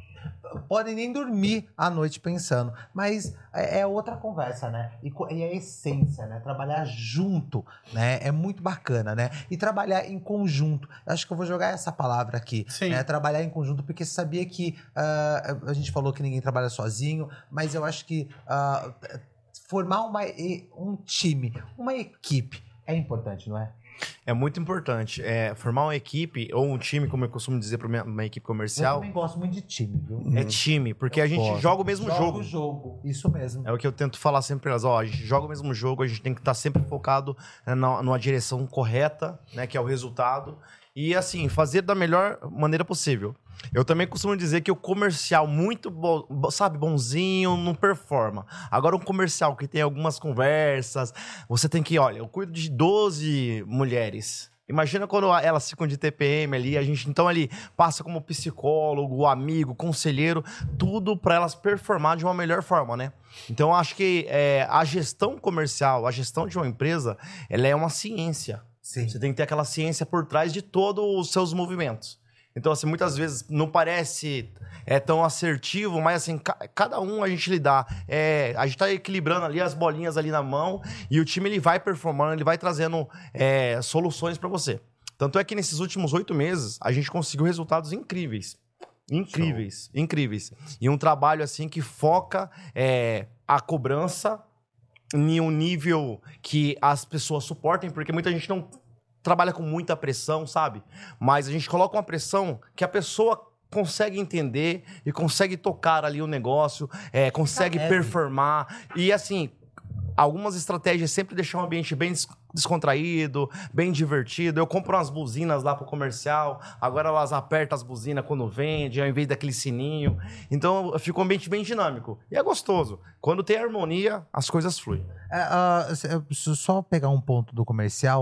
nem dormir à noite pensando, mas é outra conversa, né? E a essência, né? Trabalhar junto, né? É muito bacana, né? E trabalhar em conjunto. Eu acho que eu vou jogar essa palavra aqui, né? Trabalhar em conjunto, porque você sabia que a gente falou que ninguém trabalha sozinho, mas eu acho que formar um time, uma equipe, é importante, não é? É muito importante. Formar uma equipe ou um time, como eu costumo dizer para uma equipe Eu comercial, também gosto muito de time, viu? é time, porque a gente Gosto. joga o mesmo Joga jogo. o jogo, isso mesmo. É o que eu tento falar sempre para elas. Ó, a gente joga o mesmo jogo, a gente tem que estar sempre focado numa direção correta, né, que é o resultado. E, assim, fazer da melhor maneira possível. Eu também costumo dizer que o comercial muito, bonzinho, não performa. Agora, um comercial que tem algumas conversas, você tem que, olha, eu cuido de 12 mulheres. Imagina quando elas ficam de TPM ali, a gente então ali passa como psicólogo, amigo, conselheiro, tudo para elas performar de uma melhor forma, né? Então, eu acho que a gestão comercial, a gestão de uma empresa, ela é uma ciência. Sim. Você tem que ter aquela ciência por trás de todos os seus movimentos. Então, assim, muitas vezes não parece tão assertivo, mas, assim, cada um a gente lidar. A gente tá equilibrando ali as bolinhas ali na mão e o time, ele vai performando, ele vai trazendo soluções para você. Tanto é que nesses últimos 8 meses, a gente conseguiu resultados incríveis. Incríveis. E um trabalho, assim, que foca a cobrança em um nível que as pessoas suportem, porque muita gente não trabalha com muita pressão, sabe? Mas a gente coloca uma pressão que a pessoa consegue entender e consegue tocar ali o negócio, consegue performar. E, assim, algumas estratégias sempre deixam o ambiente bem descontraído, bem divertido. Eu compro umas buzinas lá pro comercial, agora elas apertam as buzinas quando vende, ao invés daquele sininho. Então, fica um ambiente bem dinâmico. E é gostoso. Quando tem harmonia, as coisas fluem. Só pegar um ponto do comercial,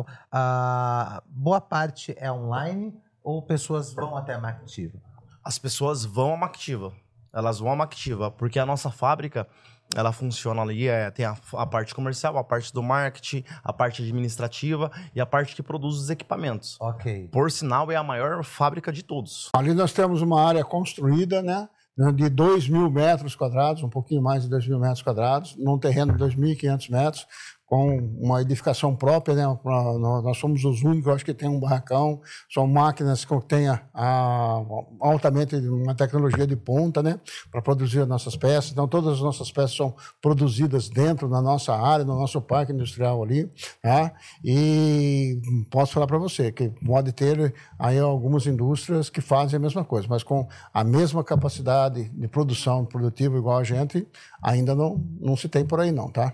boa parte é online ou pessoas vão até a Mactiva? As pessoas vão à Mactiva. Elas vão à Mactiva, porque a nossa fábrica, ela funciona ali, tem a parte comercial, a parte do marketing, a parte administrativa e a parte que produz os equipamentos. Ok. Por sinal, é a maior fábrica de todos. Ali nós temos uma área construída, né? De 2.000 metros quadrados, um pouquinho mais de 2.000 metros quadrados, num terreno de 2.500 metros, com uma edificação própria, né? Nós somos os únicos, acho que tem um barracão, são máquinas que têm altamente uma tecnologia de ponta, né? Para produzir as nossas peças. Então, todas as nossas peças são produzidas dentro da nossa área, no nosso parque industrial ali, tá? E posso falar para você que pode ter aí algumas indústrias que fazem a mesma coisa, mas com a mesma capacidade de produção produtiva igual a gente, ainda não se tem por aí não, tá?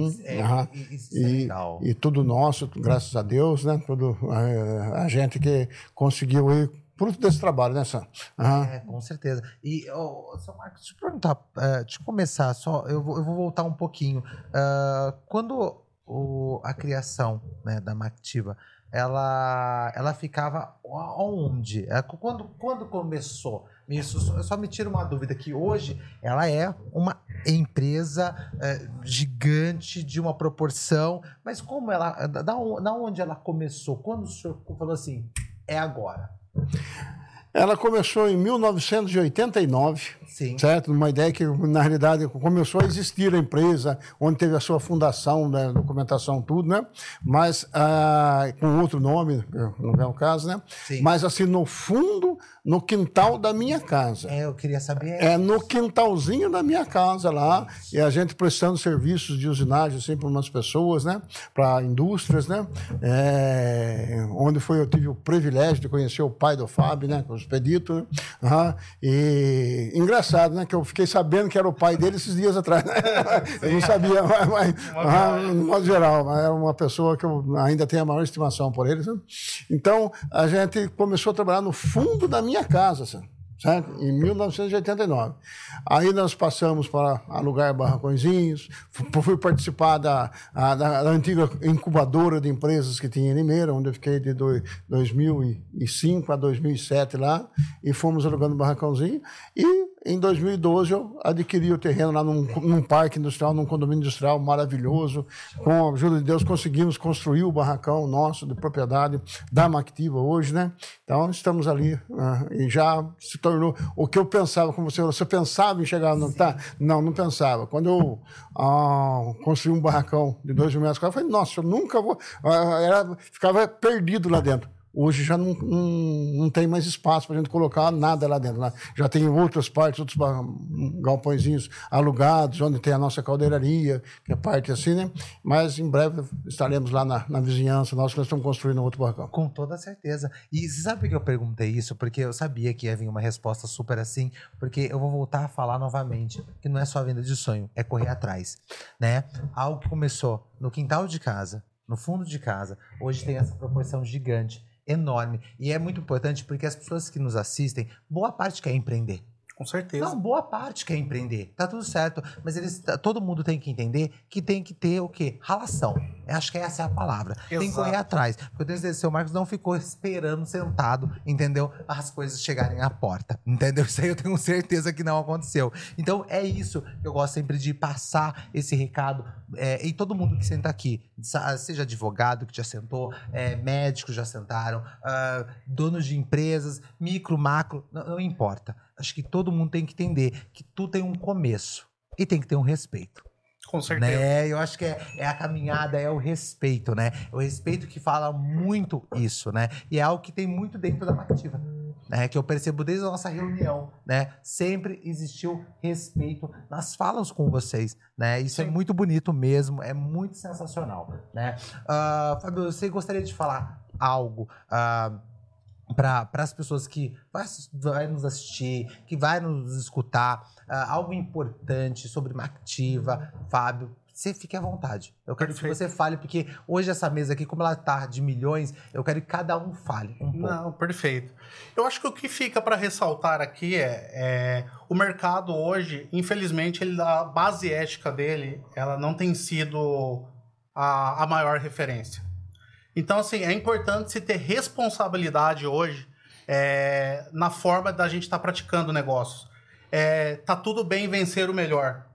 E tudo nosso, graças a Deus, né? Tudo a gente que conseguiu ir fruto desse trabalho, né, Sam? Com certeza. E, São Marcos, deixa eu perguntar, deixa eu começar só, eu vou voltar um pouquinho. Quando a criação, né, da Mactiva, ela ficava onde? Quando começou? Isso só me tira uma dúvida, que hoje ela é uma empresa gigante, de uma proporção, mas como da onde ela começou? Quando o senhor falou assim, é agora? Ela começou em 1989, Sim. Certo? Uma ideia que, na realidade, começou a existir a empresa, onde teve a sua fundação, né, documentação, tudo, né? Mas com outro nome, não é o caso, né? Sim. Mas, assim, no fundo, no quintal da minha casa. Eu queria saber... no quintalzinho da minha casa lá, e a gente prestando serviços de usinagem, assim, para umas pessoas, né? Para indústrias, né? Onde eu tive o privilégio de conhecer o pai do Fábio, né? O Expedito, né? E engraçado, né? Que eu fiquei sabendo que era o pai dele esses dias atrás, né? Eu não sabia, mas no modo geral, era uma pessoa que eu ainda tenho a maior estimação por ele, né? Então, a gente começou a trabalhar no fundo da minha casa, certo? Em 1989. Aí nós passamos para alugar barracõezinhos, fui participar da antiga incubadora de empresas que tinha em Limeira, onde eu fiquei de 2005 a 2007 lá, e fomos alugando barracãozinho, e em 2012 eu adquiri o terreno lá num parque industrial, num condomínio industrial maravilhoso. Com a ajuda de Deus conseguimos construir o barracão nosso de propriedade da Mactiva hoje, né? Então estamos ali e já se tornou o que eu pensava, como você pensava em chegar no... Tá? Não pensava. Quando eu construí um barracão de 2.000 metros quadrados, eu falei, nossa, eu nunca vou... ficava perdido lá dentro. hoje já não tem mais espaço para a gente colocar nada lá dentro. Né? Já tem outras partes, outros galpõezinhos alugados, onde tem a nossa caldeiraria, que é parte assim, né? Mas em breve estaremos lá na vizinhança, nós estamos construindo outro barracão. Com toda certeza. E você sabe por que eu perguntei isso? Porque eu sabia que ia vir uma resposta super assim, porque eu vou voltar a falar novamente, que não é só a venda de sonho, é correr atrás, né? Algo que começou no quintal de casa, no fundo de casa, hoje tem essa proporção gigante, enorme. E é muito importante porque as pessoas que nos assistem, boa parte quer empreender. Com certeza. Não, boa parte quer empreender. Tá tudo certo. Mas todo mundo tem que entender que tem que ter o quê? Ralação. Eu acho que essa é a palavra. Exato. Tem que correr atrás. Porque eu tenho certeza que o seu Marcos não ficou esperando, sentado, entendeu? As coisas chegarem à porta. Entendeu? Isso aí eu tenho certeza que não aconteceu. Então é isso que eu gosto sempre de passar esse recado. E todo mundo que senta aqui, seja advogado que já sentou, médicos já sentaram, donos de empresas, micro, macro, não importa. Acho que todo mundo tem que entender que tudo tem um começo e tem que ter um respeito. Com certeza. Né? Eu acho que é a caminhada, é o respeito, né? O respeito que fala muito isso, né? E é algo que tem muito dentro da Mactiva, né? Que eu percebo desde a nossa reunião, né? Sempre existiu respeito nas falas com vocês, né? Isso é muito bonito mesmo, é muito sensacional, né? Fábio, você gostaria de falar algo para as pessoas que vai nos assistir, que vai nos escutar, algo importante sobre Mactiva, Fábio, você fique à vontade. Eu quero que você fale, porque hoje essa mesa aqui, como ela tá de milhões, eu quero que cada um fale um pouco. Não, perfeito. Eu acho que o que fica para ressaltar aqui é o mercado hoje, infelizmente, a base ética dele, ela não tem sido a maior referência. Então, assim, é importante se ter responsabilidade hoje na forma da gente estar praticando negócios. Tá tudo bem vencer o melhor,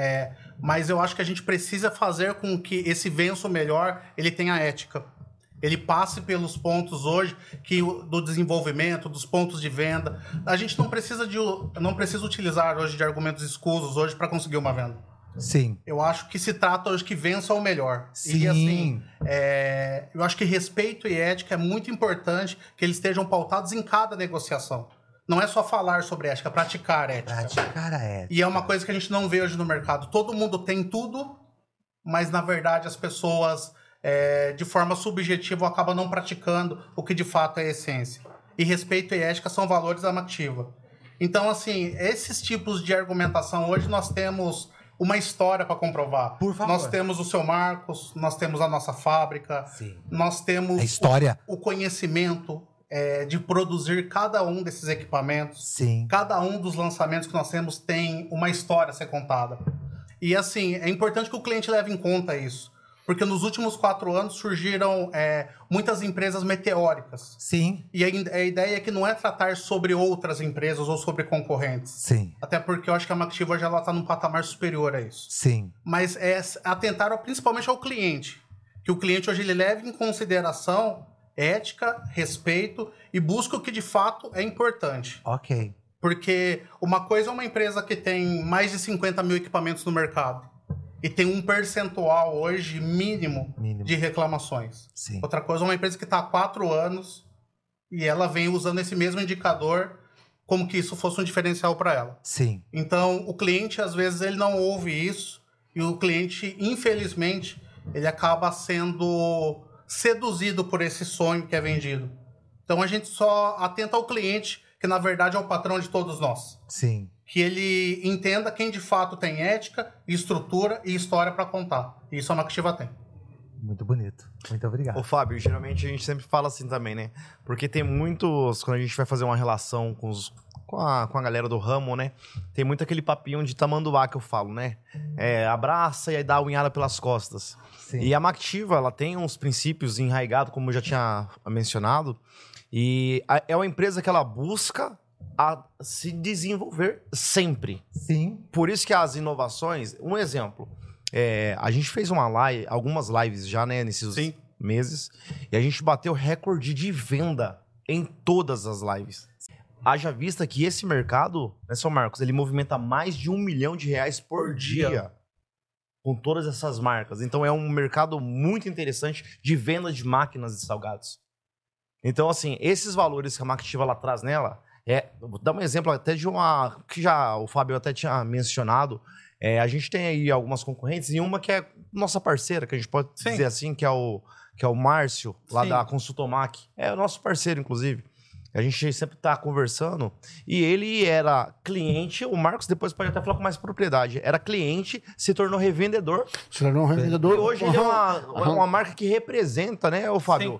mas eu acho que a gente precisa fazer com que esse vença o melhor, ele tenha ética. Ele passe pelos pontos hoje do desenvolvimento, dos pontos de venda. A gente não precisa utilizar hoje de argumentos escusos hoje para conseguir uma venda. Sim. Eu acho que se trata hoje que vença o melhor. Sim. E assim, eu acho que respeito e ética é muito importante que eles estejam pautados em cada negociação. Não é só falar sobre ética, é praticar ética. Praticar a ética. E é uma coisa que a gente não vê hoje no mercado. Todo mundo tem tudo, mas na verdade as pessoas, de forma subjetiva, acabam não praticando o que de fato é a essência. E respeito e ética são valores da Mactiva. Então, assim, esses tipos de argumentação hoje nós temos uma história para comprovar. Por favor. Nós temos o seu Marcos, nós temos a nossa fábrica, Sim. Nós temos a história. O conhecimento de produzir cada um desses equipamentos. Sim. Cada um dos lançamentos que nós temos tem uma história a ser contada. E assim, é importante que o cliente leve em conta isso. Porque nos últimos 4 anos surgiram muitas empresas meteóricas. Sim. E a ideia é que não é tratar sobre outras empresas ou sobre concorrentes. Sim. Até porque eu acho que a Mactiva já está num patamar superior a isso. Sim. Mas é atentar principalmente ao cliente. Que o cliente hoje ele leve em consideração ética, respeito e busca o que de fato é importante. Ok. Porque uma coisa é uma empresa que tem mais de 50 mil equipamentos no mercado. E tem um percentual hoje mínimo de reclamações. Sim. Outra coisa é uma empresa que está há 4 anos e ela vem usando esse mesmo indicador como que isso fosse um diferencial para ela. Sim. Então, o cliente, às vezes, ele não ouve isso e o cliente, infelizmente, ele acaba sendo seduzido por esse sonho que é vendido. Então, a gente só atenta ao cliente, que na verdade é o patrão de todos nós. Sim. Que ele entenda quem de fato tem ética, estrutura e história para contar. E isso a Mactiva tem. Muito bonito. Muito obrigado. Ô, Fábio, geralmente a gente sempre fala assim também, né? Porque tem muitos... Quando a gente vai fazer uma relação com a galera do ramo, né? Tem muito aquele papinho de tamanduá que eu falo, né? Abraça e aí dá a unhada pelas costas. Sim. E a Mactiva, ela tem uns princípios enraigados, como eu já tinha mencionado. E é uma empresa que ela busca a se desenvolver sempre. Sim. Por isso que as inovações... Um exemplo. A gente fez algumas lives já, né, nesses meses. E a gente bateu recorde de venda em todas as lives. Haja vista que esse mercado, né, São Marcos, ele movimenta mais de R$1 milhão por dia. Com todas essas marcas. Então é um mercado muito interessante de venda de máquinas de salgados. Então, assim, esses valores que a Mactiva ela traz nela, vou dar um exemplo até de uma que já o Fábio até tinha mencionado. A gente tem aí algumas concorrentes e uma que é nossa parceira, que a gente pode dizer assim, que é o Márcio, lá da Consultomac. É o nosso parceiro, inclusive. A gente sempre tá conversando. E ele era cliente, o Marcos depois pode até falar com mais propriedade. Era cliente, se tornou revendedor. Se tornou revendedor. E hoje ele é uma marca que representa, né, o Fábio?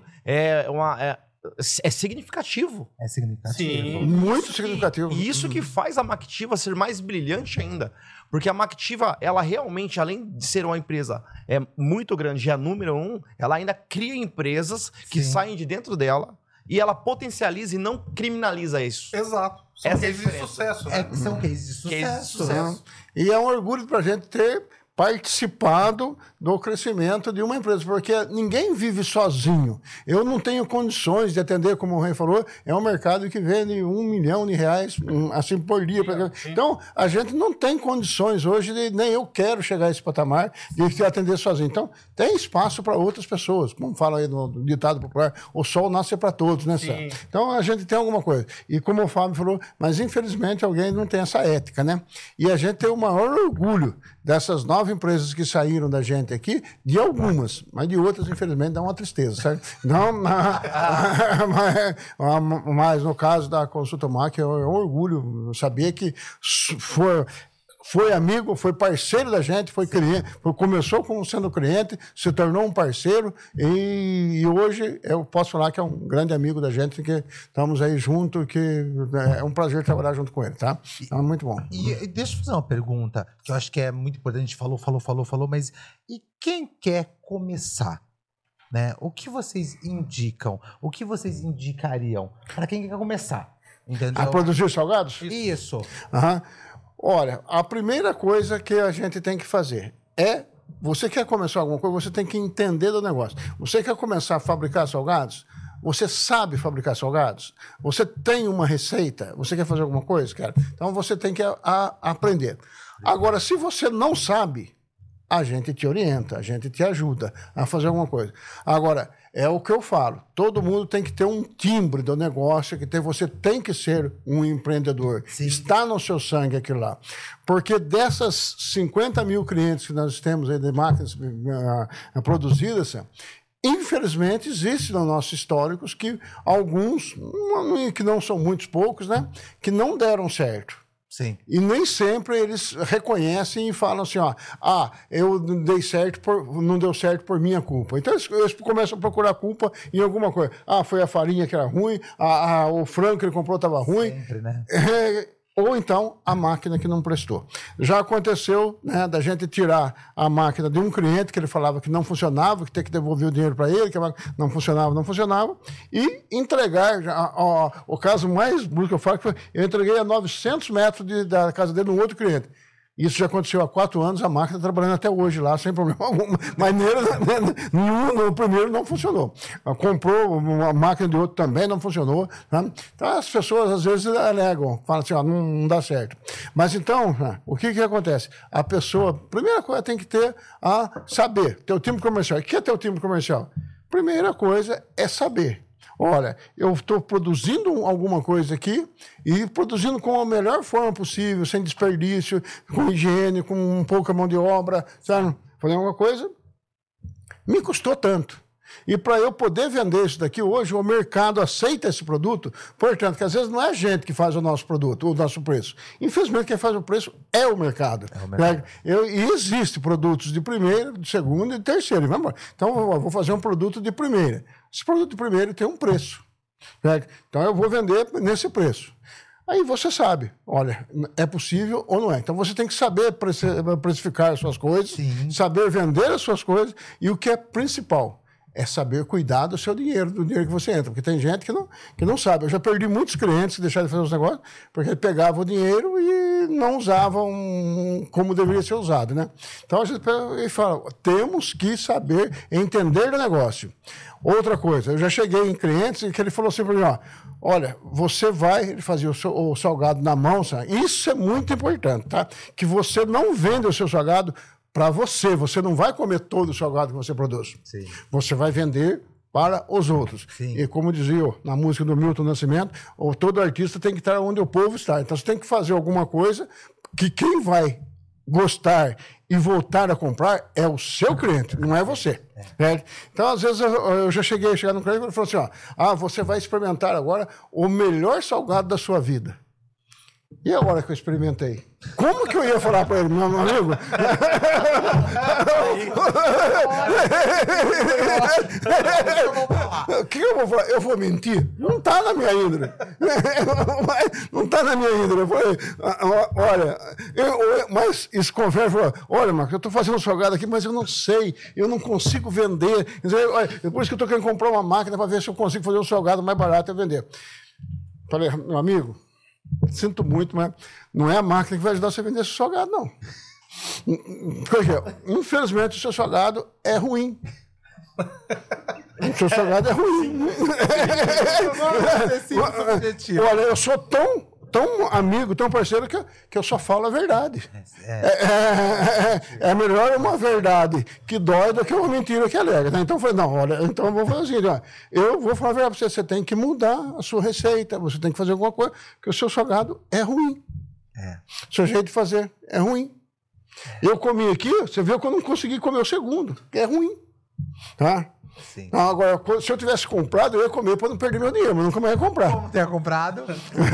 É significativo. É significativo. Sim. Muito significativo. E isso que faz a Mactiva ser mais brilhante ainda. Porque a Mactiva, ela realmente, além de ser uma empresa muito grande, é a número 1, ela ainda cria empresas que saem de dentro dela e ela potencializa e não criminaliza isso. Exato. São cases de sucesso. Né? São cases de sucesso. E é um orgulho pra gente ter participado do crescimento de uma empresa, porque ninguém vive sozinho. Eu não tenho condições de atender, como o Rei falou, é um mercado que vende R$1 milhão assim por dia. Então, a gente não tem condições hoje, nem eu quero chegar a esse patamar de atender sozinho. Então, tem espaço para outras pessoas, como fala aí no ditado popular, o sol nasce para todos, né, Sam? Então, a gente tem alguma coisa. E como o Fábio falou, mas infelizmente alguém não tem essa ética, né? E a gente tem o maior orgulho dessas 9 empresas que saíram da gente aqui, de algumas, mas de outras, infelizmente, dá uma tristeza, certo? Não, mas no caso da Consultomac, é um orgulho saber que foi amigo, foi parceiro da gente, foi cliente, começou como sendo cliente, se tornou um parceiro e hoje eu posso falar que é um grande amigo da gente, que estamos aí junto, que é um prazer trabalhar junto com ele, tá? Então é muito bom. E deixa eu fazer uma pergunta, que eu acho que é muito importante, a gente falou, mas e quem quer começar? Né? O que vocês indicam? O que vocês indicariam para quem quer começar? Entendeu? A produzir salgados? Isso. Aham. Olha, a primeira coisa que a gente tem que fazer você quer começar alguma coisa, você tem que entender do negócio. Você quer começar a fabricar salgados? Você sabe fabricar salgados? Você tem uma receita? Você quer fazer alguma coisa, cara? Então você tem que aprender. Agora, se você não sabe, a gente te orienta, a gente te ajuda a fazer alguma coisa. Agora, é o que eu falo, todo mundo tem que ter um timbre do negócio, você tem que ser um empreendedor. Sim. Está no seu sangue aquilo lá. Porque dessas 50 mil clientes que nós temos aí de máquinas produzidas, infelizmente, existe nos nossos históricos que alguns, que não são muitos poucos, né, que não deram certo. Sim. E nem sempre eles reconhecem e falam assim, eu dei certo, não deu certo por minha culpa. Então eles começam a procurar culpa em alguma coisa. Foi a farinha que era ruim, o frango que ele comprou estava ruim. Sempre, né? Ou então a máquina que não prestou. Já aconteceu, né, da gente tirar a máquina de um cliente que ele falava que não funcionava, que tem que devolver o dinheiro para ele, que a máquina não funcionava, e entregar. O caso mais bruto que eu falo, que foi, eu entreguei a 900 metros da casa dele num outro cliente. Isso já aconteceu há 4 anos, a máquina está trabalhando até hoje lá, sem problema algum. Mas no primeiro não funcionou. Comprou uma máquina de outro também, não funcionou. Né? Então as pessoas às vezes alegam, falam assim, não dá certo. Mas então, o que acontece? A pessoa, primeira coisa, tem que ter ter o timbre comercial. O que é ter o timbre comercial? Primeira coisa é saber. Olha, eu estou produzindo alguma coisa aqui e produzindo com a melhor forma possível, sem desperdício, com higiene, com pouca mão de obra, sabe? Fazer alguma coisa, me custou tanto. E para eu poder vender isso daqui hoje, o mercado aceita esse produto, portanto, que às vezes não é a gente que faz o nosso produto, o nosso preço. Infelizmente, quem faz o preço é o mercado. E existe produtos de primeira, de segunda e de terceira. Então, eu vou fazer um produto de primeira. Esse produto de primeira tem um preço. Então, eu vou vender nesse preço. Aí você sabe, olha, é possível ou não é. Então você tem que saber precificar as suas coisas, sim, saber vender as suas coisas e o que é principal é saber cuidar do seu dinheiro, do dinheiro que você entra. Porque tem gente que não sabe. Eu já perdi muitos clientes que deixaram de fazer os negócios porque pegavam o dinheiro e não usavam como deveria ser usado, né? Então a gente fala, temos que saber entender o negócio. Outra coisa, eu já cheguei em clientes que ele falou assim para mim, olha, ele fazia o salgado na mão, sabe? Isso é muito importante, tá? Que você não vende o seu salgado para você não vai comer todo o salgado que você produz. Sim. Você vai vender para os outros. Sim. E como dizia na música do Milton Nascimento, todo artista tem que estar onde o povo está. Então você tem que fazer alguma coisa que quem vai gostar e voltar a comprar é o seu cliente, não é você. Certo? Então, às vezes, eu já cheguei no cliente e falei assim, você vai experimentar agora o melhor salgado da sua vida. E a hora que eu experimentei? Como que eu ia falar para ele, meu amigo? O que eu vou falar? Eu vou mentir? Não está na minha índole. Não está na minha índole. Eu falei, olha, mas isso conversa, olha, Marcos, eu estou fazendo um salgado aqui, mas eu não sei, eu não consigo vender. Por isso que eu estou querendo comprar uma máquina para ver se eu consigo fazer um salgado mais barato e vender. Falei, meu amigo, sinto muito, mas não é a máquina que vai ajudar você a vender esse salgado, não. Porque, infelizmente, o seu salgado é ruim. O seu salgado é ruim. Olha, eu sou tão amigo, tão parceiro, que eu só falo a verdade. É melhor uma verdade que dói do que uma mentira que alegra. Né? Então eu falei, não, olha, então eu vou fazer assim, eu vou falar a verdade para você, você tem que mudar a sua receita, você tem que fazer alguma coisa, porque o seu salgado é ruim. O seu jeito de fazer é ruim. Eu comi aqui, você viu que eu não consegui comer o segundo, que é ruim. Tá? Sim. Não, agora, se eu tivesse comprado, eu ia comer para não perder meu dinheiro, mas nunca mais ia comprar. Como tenha comprado.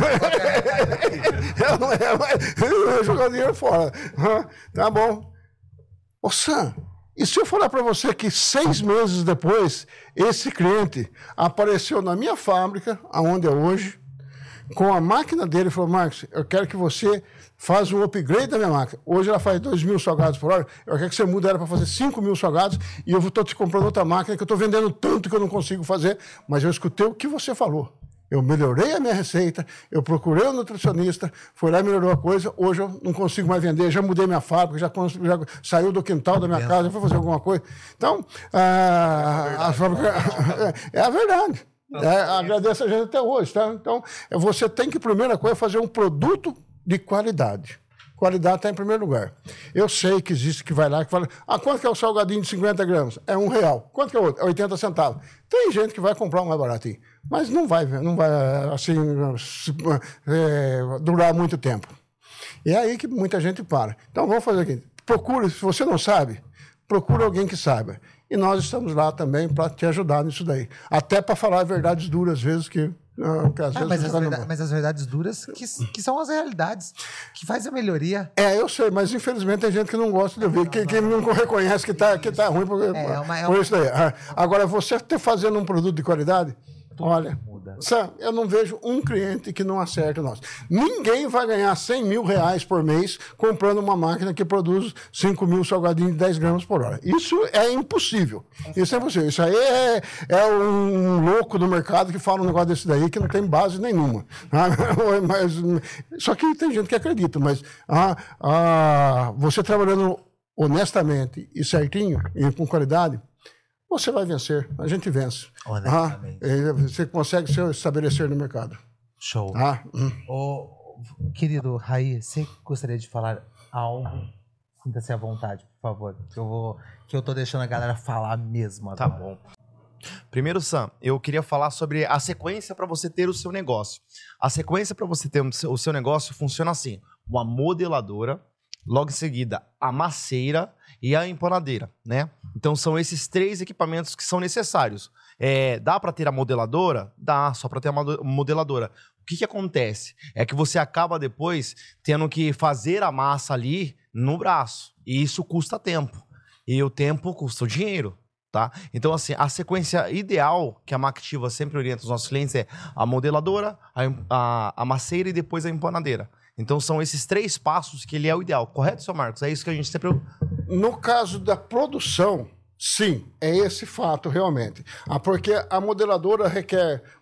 Eu ia jogar o dinheiro fora. Tá bom. Ô Sam, e se eu falar para você que 6 meses depois, esse cliente apareceu na minha fábrica, aonde é hoje, com a máquina dele e falou, Marcos, eu quero que você faça um upgrade da minha máquina. Hoje ela faz 2.000 salgados por hora, eu quero que você mude ela para fazer 5.000 salgados e eu estou te comprando outra máquina que eu estou vendendo tanto que eu não consigo fazer, mas eu escutei o que você falou. Eu melhorei a minha receita, eu procurei um nutricionista, foi lá e melhorou a coisa, hoje eu não consigo mais vender, já mudei minha fábrica, já saiu do quintal da minha casa, fui fazer alguma coisa. Então, a fábrica é a verdade. Agradeço a gente até hoje, tá? Então, você tem que, primeira coisa, fazer um produto de qualidade. Qualidade está em primeiro lugar. Eu sei que existe que vai lá que fala, quanto que é o salgadinho de 50 gramas? É R$1. Quanto que é o outro? É 80 centavos. Tem gente que vai comprar um mais baratinho, mas não vai assim, durar muito tempo. E é aí que muita gente para. Então, vamos fazer aqui. Procure, se você não sabe, procure alguém que saiba. E nós estamos lá também para te ajudar nisso daí. Até para falar verdades duras, às vezes, que às vezes mas as verdades duras que são as realidades, que faz a melhoria. Eu sei, mas infelizmente tem gente que não gosta de ouvir, que não reconhece que tá ruim por isso daí. Agora, você fazendo um produto de qualidade, olha, Sam, eu não vejo um cliente que não acerte o nosso. Ninguém vai ganhar R$100.000 por mês comprando uma máquina que produz 5.000 salgadinhos de 10 gramas por hora. Isso é impossível. Isso é impossível. Isso aí é um louco do mercado que fala um negócio desse daí que não tem base nenhuma. Só que tem gente que acredita, mas você trabalhando honestamente e certinho e com qualidade, você vai vencer. A gente vence. Honestamente. Você consegue se estabelecer no mercado. Show. Querido Raí, você gostaria de falar algo? Sinta-se à vontade, por favor. Que eu tô deixando a galera falar mesmo agora. Tá bom. Primeiro, Sam, eu queria falar sobre a sequência para você ter o seu negócio. A sequência para você ter o seu negócio funciona assim. Uma modeladora, logo em seguida a maceira e a empanadeira, né? Então são esses 3 equipamentos que são necessários. Dá para ter a modeladora? Dá, só para ter a modeladora. O que acontece? É que você acaba depois tendo que fazer a massa ali no braço. E isso custa tempo. E o tempo custa o dinheiro, tá? Então, assim, a sequência ideal que a Mactiva sempre orienta os nossos clientes é a modeladora, a maceira e depois a empanadeira. Então, são esses 3 passos que ele é o ideal. Correto, seu Marcos? É isso que a gente sempre... No caso da produção, sim, é esse fato realmente. Porque a modeladora requer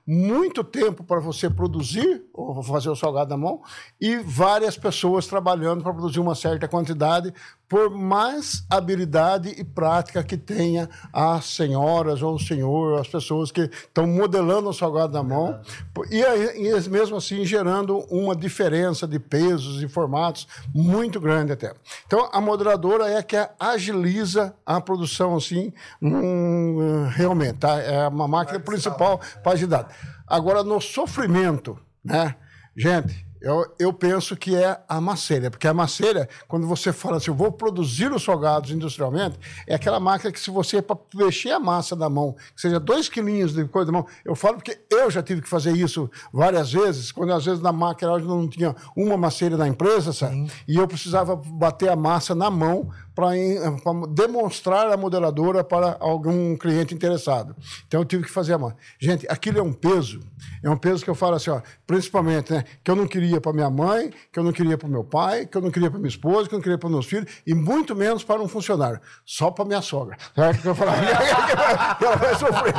muito tempo para você produzir, ou fazer o salgado na mão, e várias pessoas trabalhando para produzir uma certa quantidade, por mais habilidade e prática que tenha as senhoras ou o senhor, as pessoas que estão modelando o salgado na mão, e mesmo assim gerando uma diferença de pesos e formatos muito grande até. Então, a modeladora é a que agiliza a produção, assim, realmente, tá? É uma máquina principal para agilidade. Agora, no sofrimento, né, gente, eu penso que é a macieira, porque a macieira, quando você fala assim, eu vou produzir os salgados industrialmente, é aquela máquina que se você, para mexer a massa na mão, que seja 2 quilinhos de coisa na mão, eu falo porque eu já tive que fazer isso várias vezes, quando às vezes na máquina eu não tinha uma macieira na empresa, sabe? E eu precisava bater a massa na mão para demonstrar a modeladora para algum cliente interessado. Então eu tive que fazer a massa. Gente, aquilo é um peso que eu falo assim, ó, principalmente, né, que eu não queria para minha mãe, que eu não queria para meu pai, que eu não queria para minha esposa, que eu não queria para meus filhos, e muito menos para um funcionário, só para minha sogra. Certo? Que eu falava, que ela vai sofrer.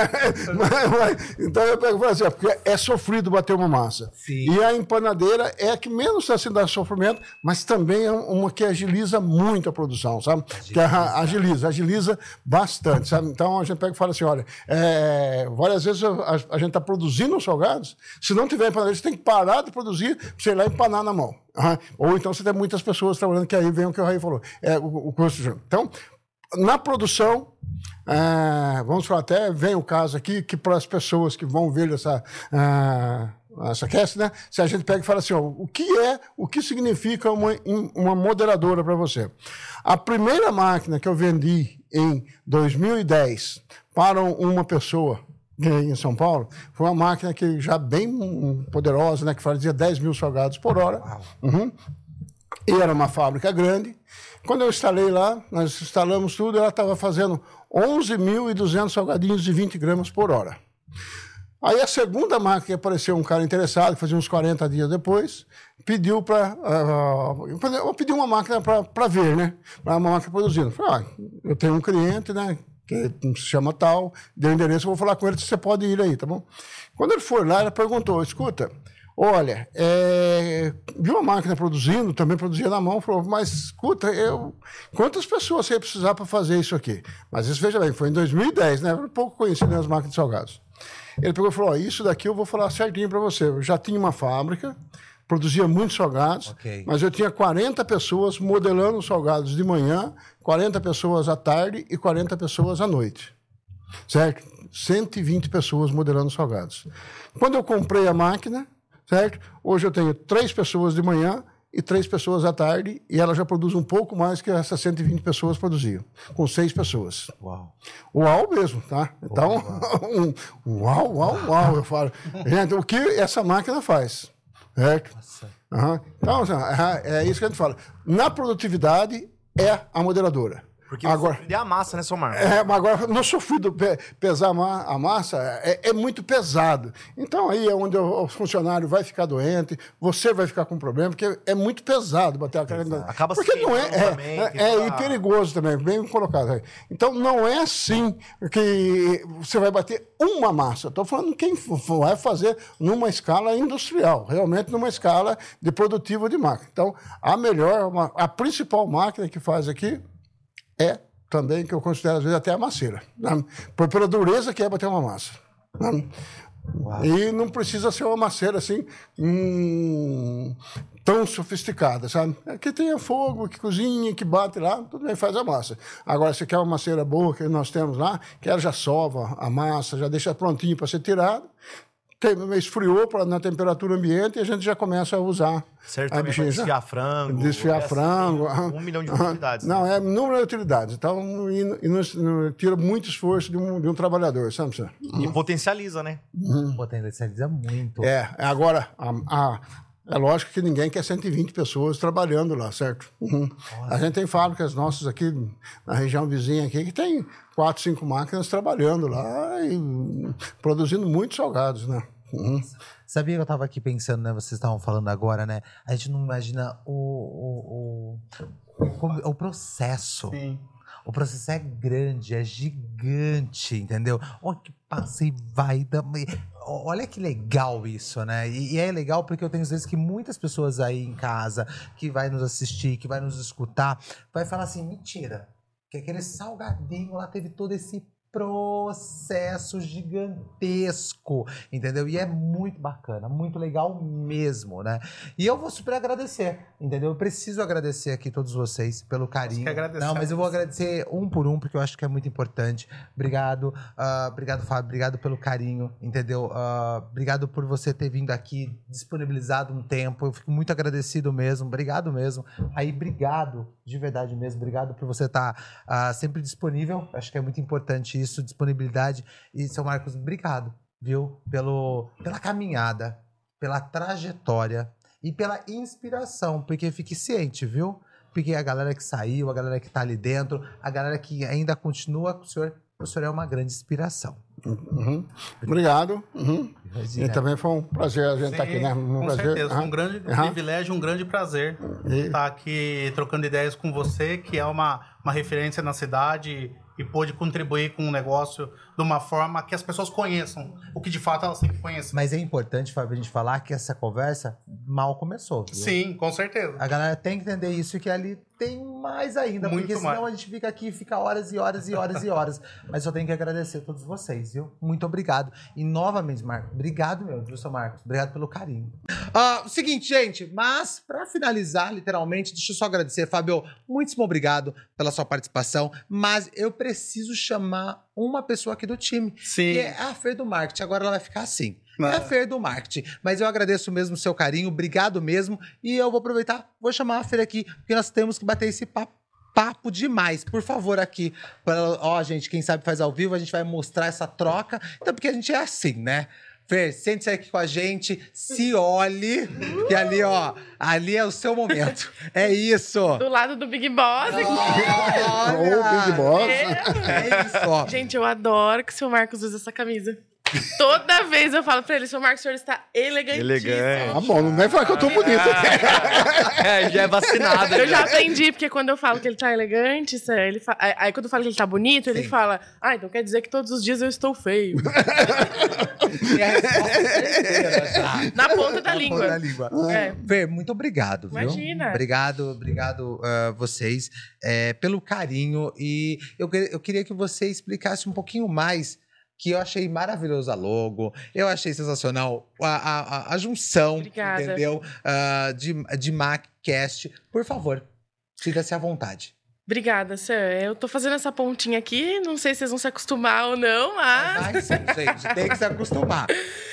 Então eu pego e falo assim, ó, porque é sofrido bater uma massa. Sim. E a empanadeira é a que menos assim dá sofrimento, mas também é uma que agiliza muito a produção, sabe? Que agiliza bastante, sabe? Então a gente pega e fala assim, olha, várias vezes a gente está produzindo os salgados, se não tiver empanadeira, você tem que parar de produzir para você ir lá empanar na mão. Ou então você tem muitas pessoas trabalhando, que aí vem o que o Raí falou, o custo. Então, na produção, vamos falar até, vem o caso aqui, que para as pessoas que vão ver essa cast, né? Se a gente pega e fala assim, ó, o que significa uma moderadora para você? A primeira máquina que eu vendi em 2010 para uma pessoa em São Paulo, foi uma máquina que já bem poderosa, né, que fazia 10 mil salgados por hora. E era uma fábrica grande. Quando eu instalei lá, nós instalamos tudo, ela estava fazendo 11.200 salgadinhos de 20 gramas por hora. Aí a segunda máquina que apareceu um cara interessado, fazia uns 40 dias depois, pediu para... eu pedi uma máquina para ver, né? Uma máquina produzindo. Falei, eu tenho um cliente, né? Que se chama tal, deu o endereço, eu vou falar com ele se você pode ir aí, tá bom? Quando ele foi lá, ele perguntou, escuta, olha, viu uma máquina produzindo, também produzia na mão, falou, mas escuta, quantas pessoas você ia precisar para fazer isso aqui? Mas isso, veja bem, foi em 2010, né? Eu pouco conhecido as máquinas de salgados. Ele pegou e falou, isso daqui eu vou falar certinho para você. Eu já tinha uma fábrica, produzia muitos salgados, mas eu tinha 40 pessoas modelando os salgados de manhã, 40 pessoas à tarde e 40 pessoas à noite. Certo? 120 pessoas modelando os salgados. Quando eu comprei a máquina, certo? Hoje eu tenho 3 pessoas de manhã e 3 pessoas à tarde, e ela já produz um pouco mais que essas 120 pessoas produziam, com 6 pessoas. Uau! Uau mesmo, tá? Então, uau, eu falo. Gente, o que essa máquina faz? Certo? Então, é isso que a gente fala. Na produtividade, é a modeladora. Porque agora é a massa, né, seu Marcos? Mas agora, no sofrido pesar a massa, é muito pesado. Então, aí é onde o funcionário vai ficar doente, você vai ficar com problema, porque é muito pesado bater a carga. Acaba porque não e perigoso também, bem colocado. Então, não é assim que você vai bater uma massa. Estou falando quem vai fazer numa escala industrial, realmente numa escala de produtivo de máquina. Então, a principal máquina que faz aqui também, que eu considero, às vezes, até a macieira. Né? Pela dureza que é bater uma massa. Né? E não precisa ser uma macieira assim, tão sofisticada, sabe? Que tenha fogo, que cozinha, que bate lá, tudo bem, faz a massa. Agora, se quer uma macieira boa, que nós temos lá, que ela já sova a massa, já deixa prontinho para ser tirado, esfriou na temperatura ambiente e a gente já começa a usar. Certo, também para desfiar frango. Desfiar frango. 1 milhão de utilidades. Não, é número de utilidades. Então, não tira muito esforço de um trabalhador, sabe? E potencializa, né? Potencializa muito. Agora, é lógico que ninguém quer 120 pessoas trabalhando lá, certo? A gente tem fábricas nossas aqui na região vizinha aqui que tem 4, 5 máquinas trabalhando lá e produzindo muitos salgados, né? Sabia que eu estava aqui pensando, né? Vocês estavam falando agora, né? A gente não imagina o processo. Sim. O processo é grande, é gigante, entendeu? Olha que passa e vai. Olha que legal isso, né? E é legal porque eu tenho certeza que muitas pessoas aí em casa, que vai nos assistir, que vai nos escutar, vai falar assim, mentira, que aquele salgadinho lá teve todo esse processo gigantesco, entendeu? E é muito bacana, muito legal mesmo, né? E eu vou super agradecer, entendeu? Eu preciso agradecer aqui todos vocês pelo carinho. Não, mas eu vou agradecer um por um, porque eu acho que é muito importante. Obrigado, obrigado, Fábio, obrigado pelo carinho, entendeu? Obrigado por você ter vindo aqui, disponibilizado um tempo, eu fico muito agradecido mesmo, obrigado mesmo. Aí, obrigado, de verdade mesmo, obrigado por você estar sempre disponível, acho que é muito importante isso, disponibilidade. E, seu Marcos, obrigado, viu? Pela caminhada, pela trajetória e pela inspiração, porque fique ciente, viu? Porque a galera que saiu, a galera que tá ali dentro, a galera que ainda continua com o senhor é uma grande inspiração. Uhum. Obrigado. Uhum. E também foi um prazer a gente estar aqui, né? Com certeza, foi um grande privilégio, um grande prazer estar aqui trocando ideias com você, que é uma referência na cidade e pôde contribuir com um negócio de uma forma que as pessoas conheçam, o que de fato elas têm que conhecer. Mas é importante, Fábio, a gente falar que essa conversa mal começou. Viu? Sim, com certeza. A galera tem que entender isso e que ali tem mais ainda, muito porque senão mais. A gente fica aqui, fica horas e horas e horas e horas. Mas eu tenho que agradecer a todos vocês, viu? Muito obrigado. E novamente, Marcos, obrigado mesmo, viu, seu Marcos? Obrigado pelo carinho. Seguinte, gente, mas pra finalizar, literalmente, deixa eu só agradecer, Fábio, muitíssimo obrigado pela sua participação, mas eu preciso chamar uma pessoa aqui do time, Sim. que é a Fer do Marketing. Agora ela vai ficar assim. É a Fer do Marketing. Mas eu agradeço mesmo o seu carinho, obrigado mesmo. E eu vou aproveitar, vou chamar a Fer aqui, porque nós temos que bater esse papo demais. Por favor, aqui. Ó, gente, quem sabe faz ao vivo, a gente vai mostrar essa troca. Então, porque a gente é assim, né? Fer, sente-se aqui com a gente, se olhe, que ali, ó, ali é o seu momento. É isso. Do lado do Big Boss aqui. Olha, Big Boss. é isso, ó. Gente, eu adoro que o seu Marcos usa essa camisa. Toda vez eu falo pra ele, seu Marcos, o senhor está elegantíssimo. Elegante. Ah, bom, não é falar que eu tô bonito. Já é vacinado. Eu já aprendi, porque quando eu falo que ele tá elegante, aí quando eu falo que ele tá bonito, ele fala, então quer dizer que todos os dias eu estou feio. E a resposta é já. Na ponta da língua. Ponta da língua. É. Fer, muito obrigado, viu? Imagina. Obrigado vocês pelo carinho. E eu queria que você explicasse um pouquinho mais, que eu achei maravilhoso a logo, eu achei sensacional a junção, Obrigada. entendeu? De MacCast. Por favor, sinta-se à vontade. Obrigada, Sir. Eu tô fazendo essa pontinha aqui, não sei se vocês vão se acostumar ou não, mas... Vai sim, gente, tem que se acostumar.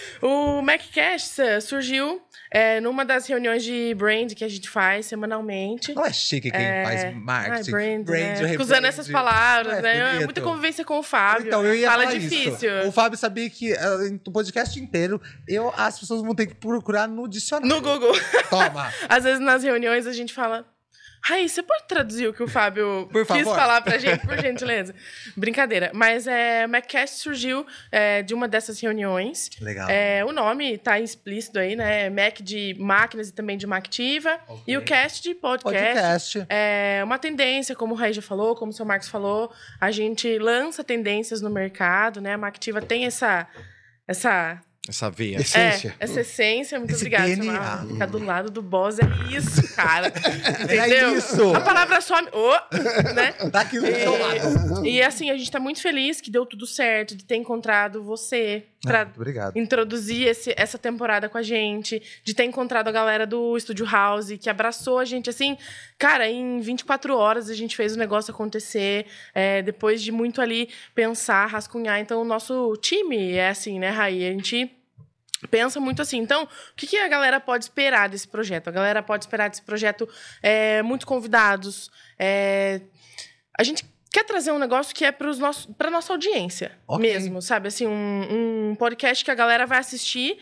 O MacCast, Sir, surgiu numa das reuniões de brand que a gente faz semanalmente. Não é chique quem faz marketing. Brand, né? rebrand. Fico usando essas palavras, Não é né? bonito? Muita convivência com o Fábio. Então, eu ia Fala falar difícil. isso. O Fábio sabia que no podcast inteiro, as pessoas vão ter que procurar no dicionário. No Google. Toma. Às vezes, nas reuniões, a gente fala... Raí, você pode traduzir o que o Fábio Por quis favor. falar pra gente, por gentileza? Brincadeira. Mas o MacCast surgiu de uma dessas reuniões. Legal. O nome tá explícito aí, né? Mac de máquinas e também de Mactiva. Ok. E o cast de podcast. É uma tendência, como o Raí já falou, como o seu Marcos falou. A gente lança tendências no mercado, né? A Mactiva tem essa Essa veia. Essência. essa essência, muito Esse obrigada. DNA. Samara. Ficar do lado do boss é isso, cara. Entendeu? É isso. A palavra some. Né? Tá aqui do seu lado. E assim, a gente tá muito feliz que deu tudo certo, de ter encontrado você pra Muito obrigado. introduzir essa temporada com a gente, de ter encontrado a galera do Studio House, que abraçou a gente, assim, cara, em 24 horas a gente fez o negócio acontecer, depois de muito ali pensar, rascunhar. Então, o nosso time é assim, né, Raí? A gente pensa muito assim. Então, o que a galera pode esperar desse projeto? A galera pode esperar desse projeto muitos convidados. A gente quer trazer um negócio que é para nossa audiência mesmo, sabe? Assim, um podcast que a galera vai assistir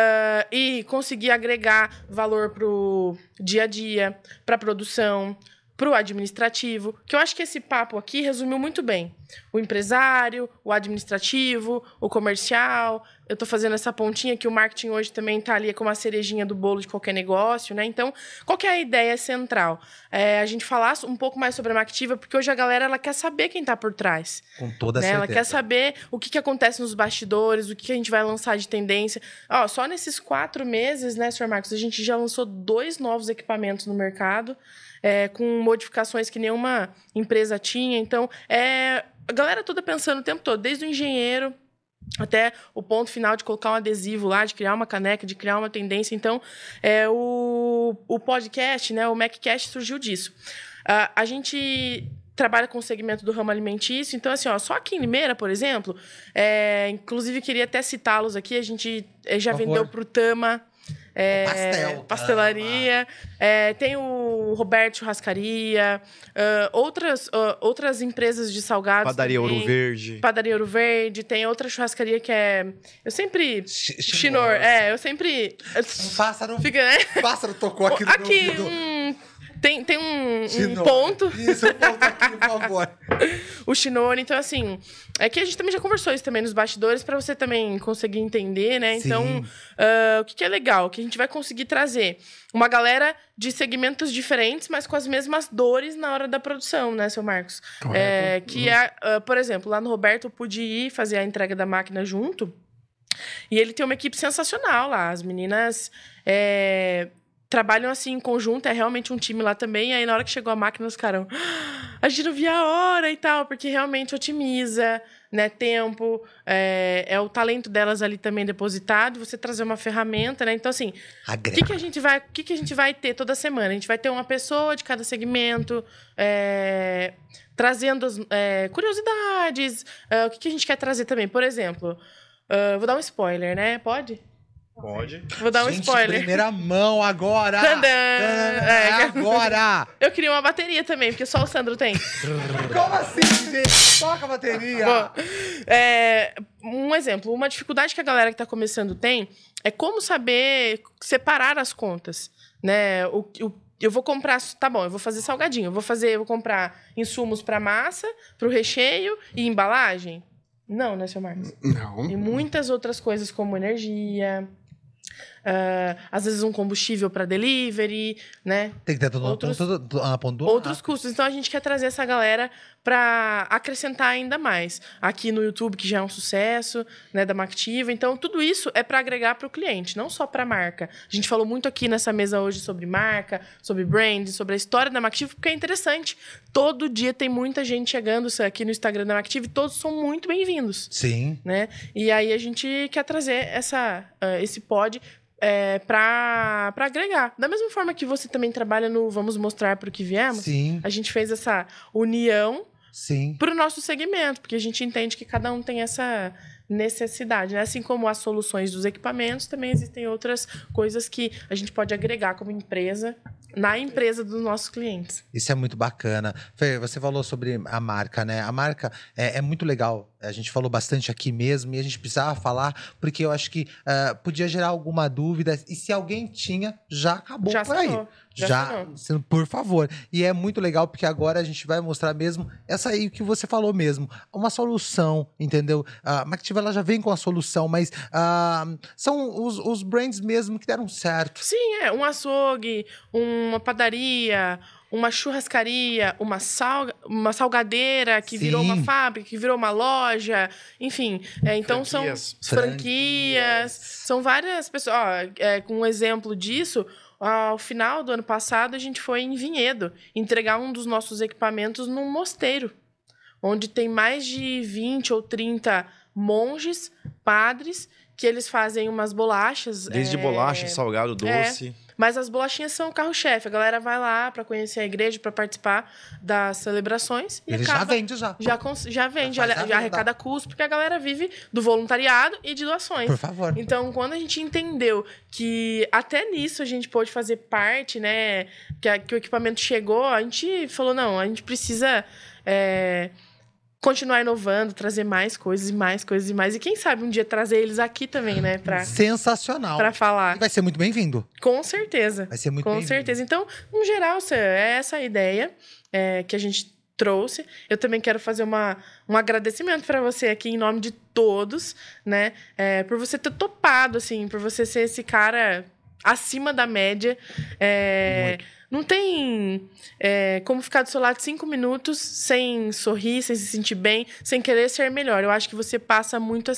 e conseguir agregar valor pro dia a dia, pra produção, para o administrativo, que eu acho que esse papo aqui resumiu muito bem. O empresário, o administrativo, o comercial. Eu estou fazendo essa pontinha que o marketing hoje também está ali como a cerejinha do bolo de qualquer negócio, né? Então, qual que é a ideia central? A gente falar um pouco mais sobre a Mactiva, porque hoje a galera ela quer saber quem está por trás. Com toda né? certeza. Ela quer saber o que acontece nos bastidores, o que a gente vai lançar de tendência. Ó, só nesses 4 meses, né, Sr. Marcos, a gente já lançou 2 novos equipamentos no mercado, com modificações que nenhuma empresa tinha. Então, a galera toda pensando o tempo todo, desde o engenheiro até o ponto final de colocar um adesivo lá, de criar uma caneca, de criar uma tendência. Então, o podcast, né, o MacCast surgiu disso. A gente trabalha com o segmento do ramo alimentício. Então, assim, ó, só aqui em Limeira, por exemplo, inclusive queria até citá-los aqui, a gente já vendeu para o Tama, pastelaria, tem o Roberto Churrascaria, outras empresas de salgados. Padaria também. Ouro Verde. Padaria Ouro Verde, tem outra churrascaria que eu sempre... Chinor. Eu sempre... Um pássaro. Fica, né? Um pássaro tocou aqui no meu ouvido. Tem um ponto. Isso, um ponto aqui, por favor. O Chinor. Então, assim, que a gente também já conversou isso também nos bastidores para você também conseguir entender, né? Sim. Então, o que é legal? Que a gente vai conseguir trazer uma galera de segmentos diferentes, mas com as mesmas dores na hora da produção, né, seu Marcos? Correto. Por exemplo, lá no Roberto, eu pude ir fazer a entrega da máquina junto. E ele tem uma equipe sensacional lá. As meninas... trabalham assim em conjunto, é realmente um time lá também. E aí, na hora que chegou a máquina, os caras... A gente não via a hora e tal, porque realmente otimiza, né? Tempo, é o talento delas ali também depositado. Você trazer uma ferramenta, né? Então, assim, o que a gente vai ter toda semana? A gente vai ter uma pessoa de cada segmento, trazendo as curiosidades. O que a gente quer trazer também? Por exemplo, vou dar um spoiler, né? Pode? Pode. Vou dar um spoiler. Primeira mão agora! Agora! Eu queria uma bateria também, porque só o Sandro tem. Como assim, gente? Toca a bateria! Bom, um exemplo, uma dificuldade que a galera que tá começando tem é como saber separar as contas, né? Eu vou comprar... Tá bom, eu vou fazer salgadinho. Eu vou comprar insumos para massa, para o recheio e embalagem? Não, né, seu Marcos? Não. E muitas outras coisas como energia... às vezes um combustível para delivery, né? Tem que ter outros custos. Então a gente quer trazer essa galera para acrescentar ainda mais. Aqui no YouTube, que já é um sucesso, né, da Mactiva. Então tudo isso é para agregar para o cliente, não só para a marca. A gente falou muito aqui nessa mesa hoje sobre marca, sobre brand, sobre a história da Mactiva, porque é interessante. Todo dia tem muita gente chegando aqui no Instagram da Mactiva e todos são muito bem-vindos. Sim. Né? E aí a gente quer trazer esse pod para agregar. Da mesma forma que você também trabalha no Vamos Mostrar para o que Viemos, Sim. a gente fez essa união para o nosso segmento, porque a gente entende que cada um tem essa necessidade, né? Assim como as soluções dos equipamentos, também existem outras coisas que a gente pode agregar como empresa na empresa dos nossos clientes. Isso é muito bacana. Fê, você falou sobre a marca, né? A marca é muito legal. A gente falou bastante aqui mesmo e a gente precisava falar porque eu acho que podia gerar alguma dúvida. E se alguém tinha, já acabou Já por aí. sanou. Por favor. E é muito legal porque agora a gente vai mostrar mesmo essa aí que você falou mesmo. Uma solução, entendeu? A Mactiva ela já vem com a solução, mas são os brands mesmo que deram certo. Sim, um açougue, uma padaria, uma churrascaria, uma salgadeira que virou uma fábrica, que virou uma loja, enfim. Então são franquias, são várias pessoas. Com um exemplo disso, ao final do ano passado, a gente foi em Vinhedo entregar um dos nossos equipamentos num mosteiro, onde tem mais de 20 ou 30 monges, padres, que eles fazem umas bolachas. Desde bolacha, salgado, doce. Mas as bolachinhas são o carro-chefe. A galera vai lá para conhecer a igreja, para participar das celebrações. E já vende, já. Já vende, já arrecada custo, porque a galera vive do voluntariado e de doações. Por favor. Então, quando a gente entendeu que até nisso a gente pôde fazer parte, né? Que o equipamento chegou, a gente falou, não, a gente precisa... continuar inovando, trazer mais coisas e mais coisas e mais. E quem sabe um dia trazer eles aqui também, né? Sensacional. Pra falar. E vai ser muito bem-vindo. Com certeza. Vai ser muito Com bem-vindo. certeza. Então, no geral, é essa a ideia que a gente trouxe. Eu também quero fazer um agradecimento para você aqui em nome de todos, né? Por você ter topado, assim, por você ser esse cara acima da média. Não tem como ficar do seu lado 5 minutos sem sorrir, sem se sentir bem, sem querer ser melhor. Eu acho que você passa muito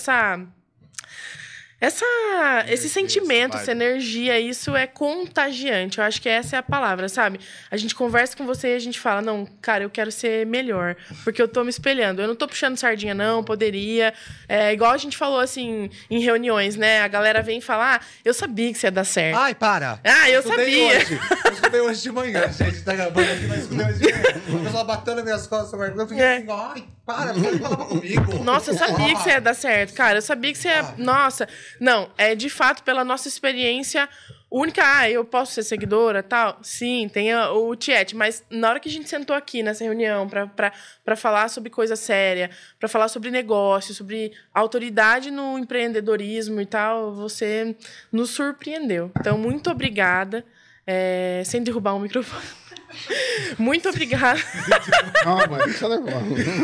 esse sentimento, essa energia, isso é contagiante. Eu acho que essa é a palavra, sabe? A gente conversa com você e a gente fala, não, cara, eu quero ser melhor, porque eu tô me espelhando. Eu não tô puxando sardinha, não, poderia. Igual a gente falou, assim, em reuniões, né? A galera vem falar, eu sabia que você ia dar certo. Ai, para. Eu sabia. Eu estudei hoje de manhã, gente. Tá gravando aqui, mas estudei hoje de manhã. O pessoal batendo nas minhas costas, eu fiquei assim, ai, para falar comigo. Nossa, eu sabia que você ia dar certo, cara. Eu sabia que você ia... Nossa... Não, é de fato pela nossa experiência única. Eu posso ser seguidora, tal? Sim, tem o Tiete. Mas na hora que a gente sentou aqui nessa reunião para falar sobre coisa séria, para falar sobre negócio, sobre autoridade no empreendedorismo e tal, você nos surpreendeu. Então, muito obrigada. Sem derrubar o microfone. Muito obrigada. Calma, deixa eu levar.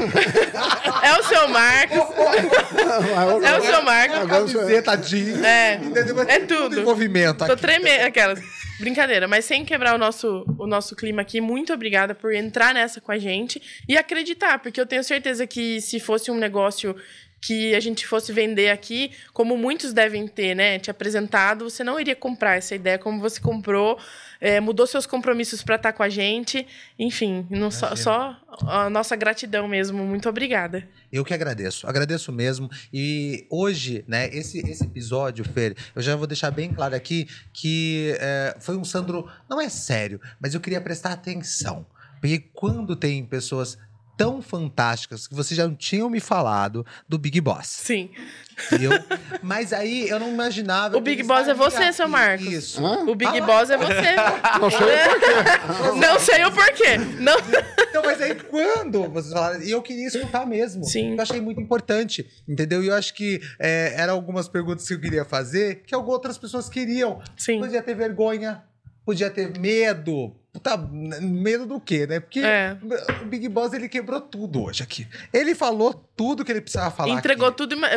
É o seu Marcos. É o seu Marcos. A camiseta jeans. É tudo. Envolvimento Tô aqui. tremendo. Aquelas. Brincadeira, mas sem quebrar o nosso clima aqui, muito obrigada por entrar nessa com a gente e acreditar, porque eu tenho certeza que se fosse um negócio que a gente fosse vender aqui, como muitos devem ter, né, te apresentado, você não iria comprar essa ideia como você comprou, mudou seus compromissos para estar com a gente, enfim, só a nossa gratidão mesmo, muito obrigada. Eu que agradeço mesmo. E hoje, né, esse episódio, Fer, eu já vou deixar bem claro aqui que foi um Sandro, não é sério, mas eu queria prestar atenção, porque quando tem pessoas tão fantásticas que vocês já tinham me falado do Big Boss. Sim. Viu? Mas aí eu não imaginava. O Big Boss é você, seu Marcos. Isso. O Big Boss é você. Não sei o porquê. Não sei o porquê. Não. Então, mas aí quando vocês falaram, e eu queria escutar mesmo. Sim. Eu achei muito importante, entendeu? E eu acho que eram algumas perguntas que eu queria fazer que outras pessoas queriam. Sim. Podia ter vergonha, podia ter medo. Puta, medo do quê, né? Porque o Big Boss, ele quebrou tudo hoje aqui. Ele falou tudo que ele precisava falar. Entregou aqui. tudo.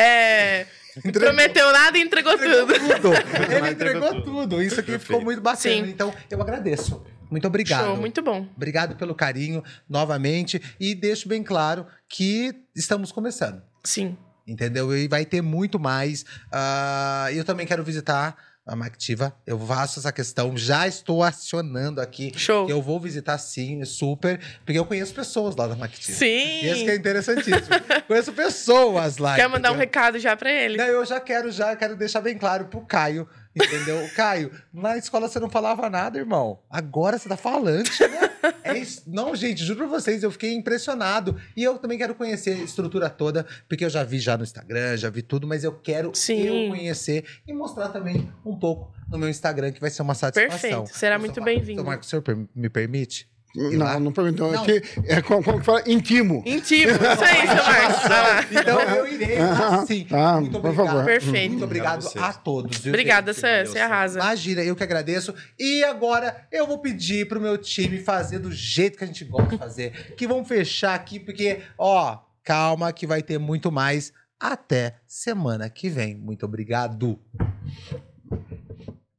Prometeu nada e entregou tudo. Ele entregou tudo. Isso aqui ficou muito bacana. Sim. Então, eu agradeço. Muito obrigado. Show, muito bom. Obrigado pelo carinho, novamente. E deixo bem claro que estamos começando. Sim. Entendeu? E vai ter muito mais. Eu também quero visitar a Mactiva. Eu faço essa questão. Já estou acionando aqui. Show. Que eu vou visitar sim, super. Porque eu conheço pessoas lá da Mactiva. Sim. E isso que é interessantíssimo. Conheço pessoas lá. Quer mandar um entendeu? recado já pra ele? Não, eu já quero deixar bem claro pro Caio, entendeu? Caio, na escola você não falava nada, irmão. Agora você tá falante, né? Não, gente, juro pra vocês, eu fiquei impressionado. E eu também quero conhecer a estrutura toda, porque eu já vi já no Instagram, já vi tudo, mas eu quero eu conhecer e mostrar também um pouco no meu Instagram, que vai ser uma satisfação. Perfeito, será muito bem-vindo. Marcos, o senhor me permite? Não perguntou. Não. Como que fala? Intimo. Intimo, isso aí, seu Marcos. Vai lá. Então eu irei, sim. Muito obrigado. Por favor. Perfeito. Muito obrigado a todos. Viu, Obrigada, gente? você arrasa. Imagina, eu que agradeço. E agora eu vou pedir pro meu time fazer do jeito que a gente gosta de fazer. Que vão fechar aqui, porque, calma que vai ter muito mais. Até semana que vem. Muito obrigado.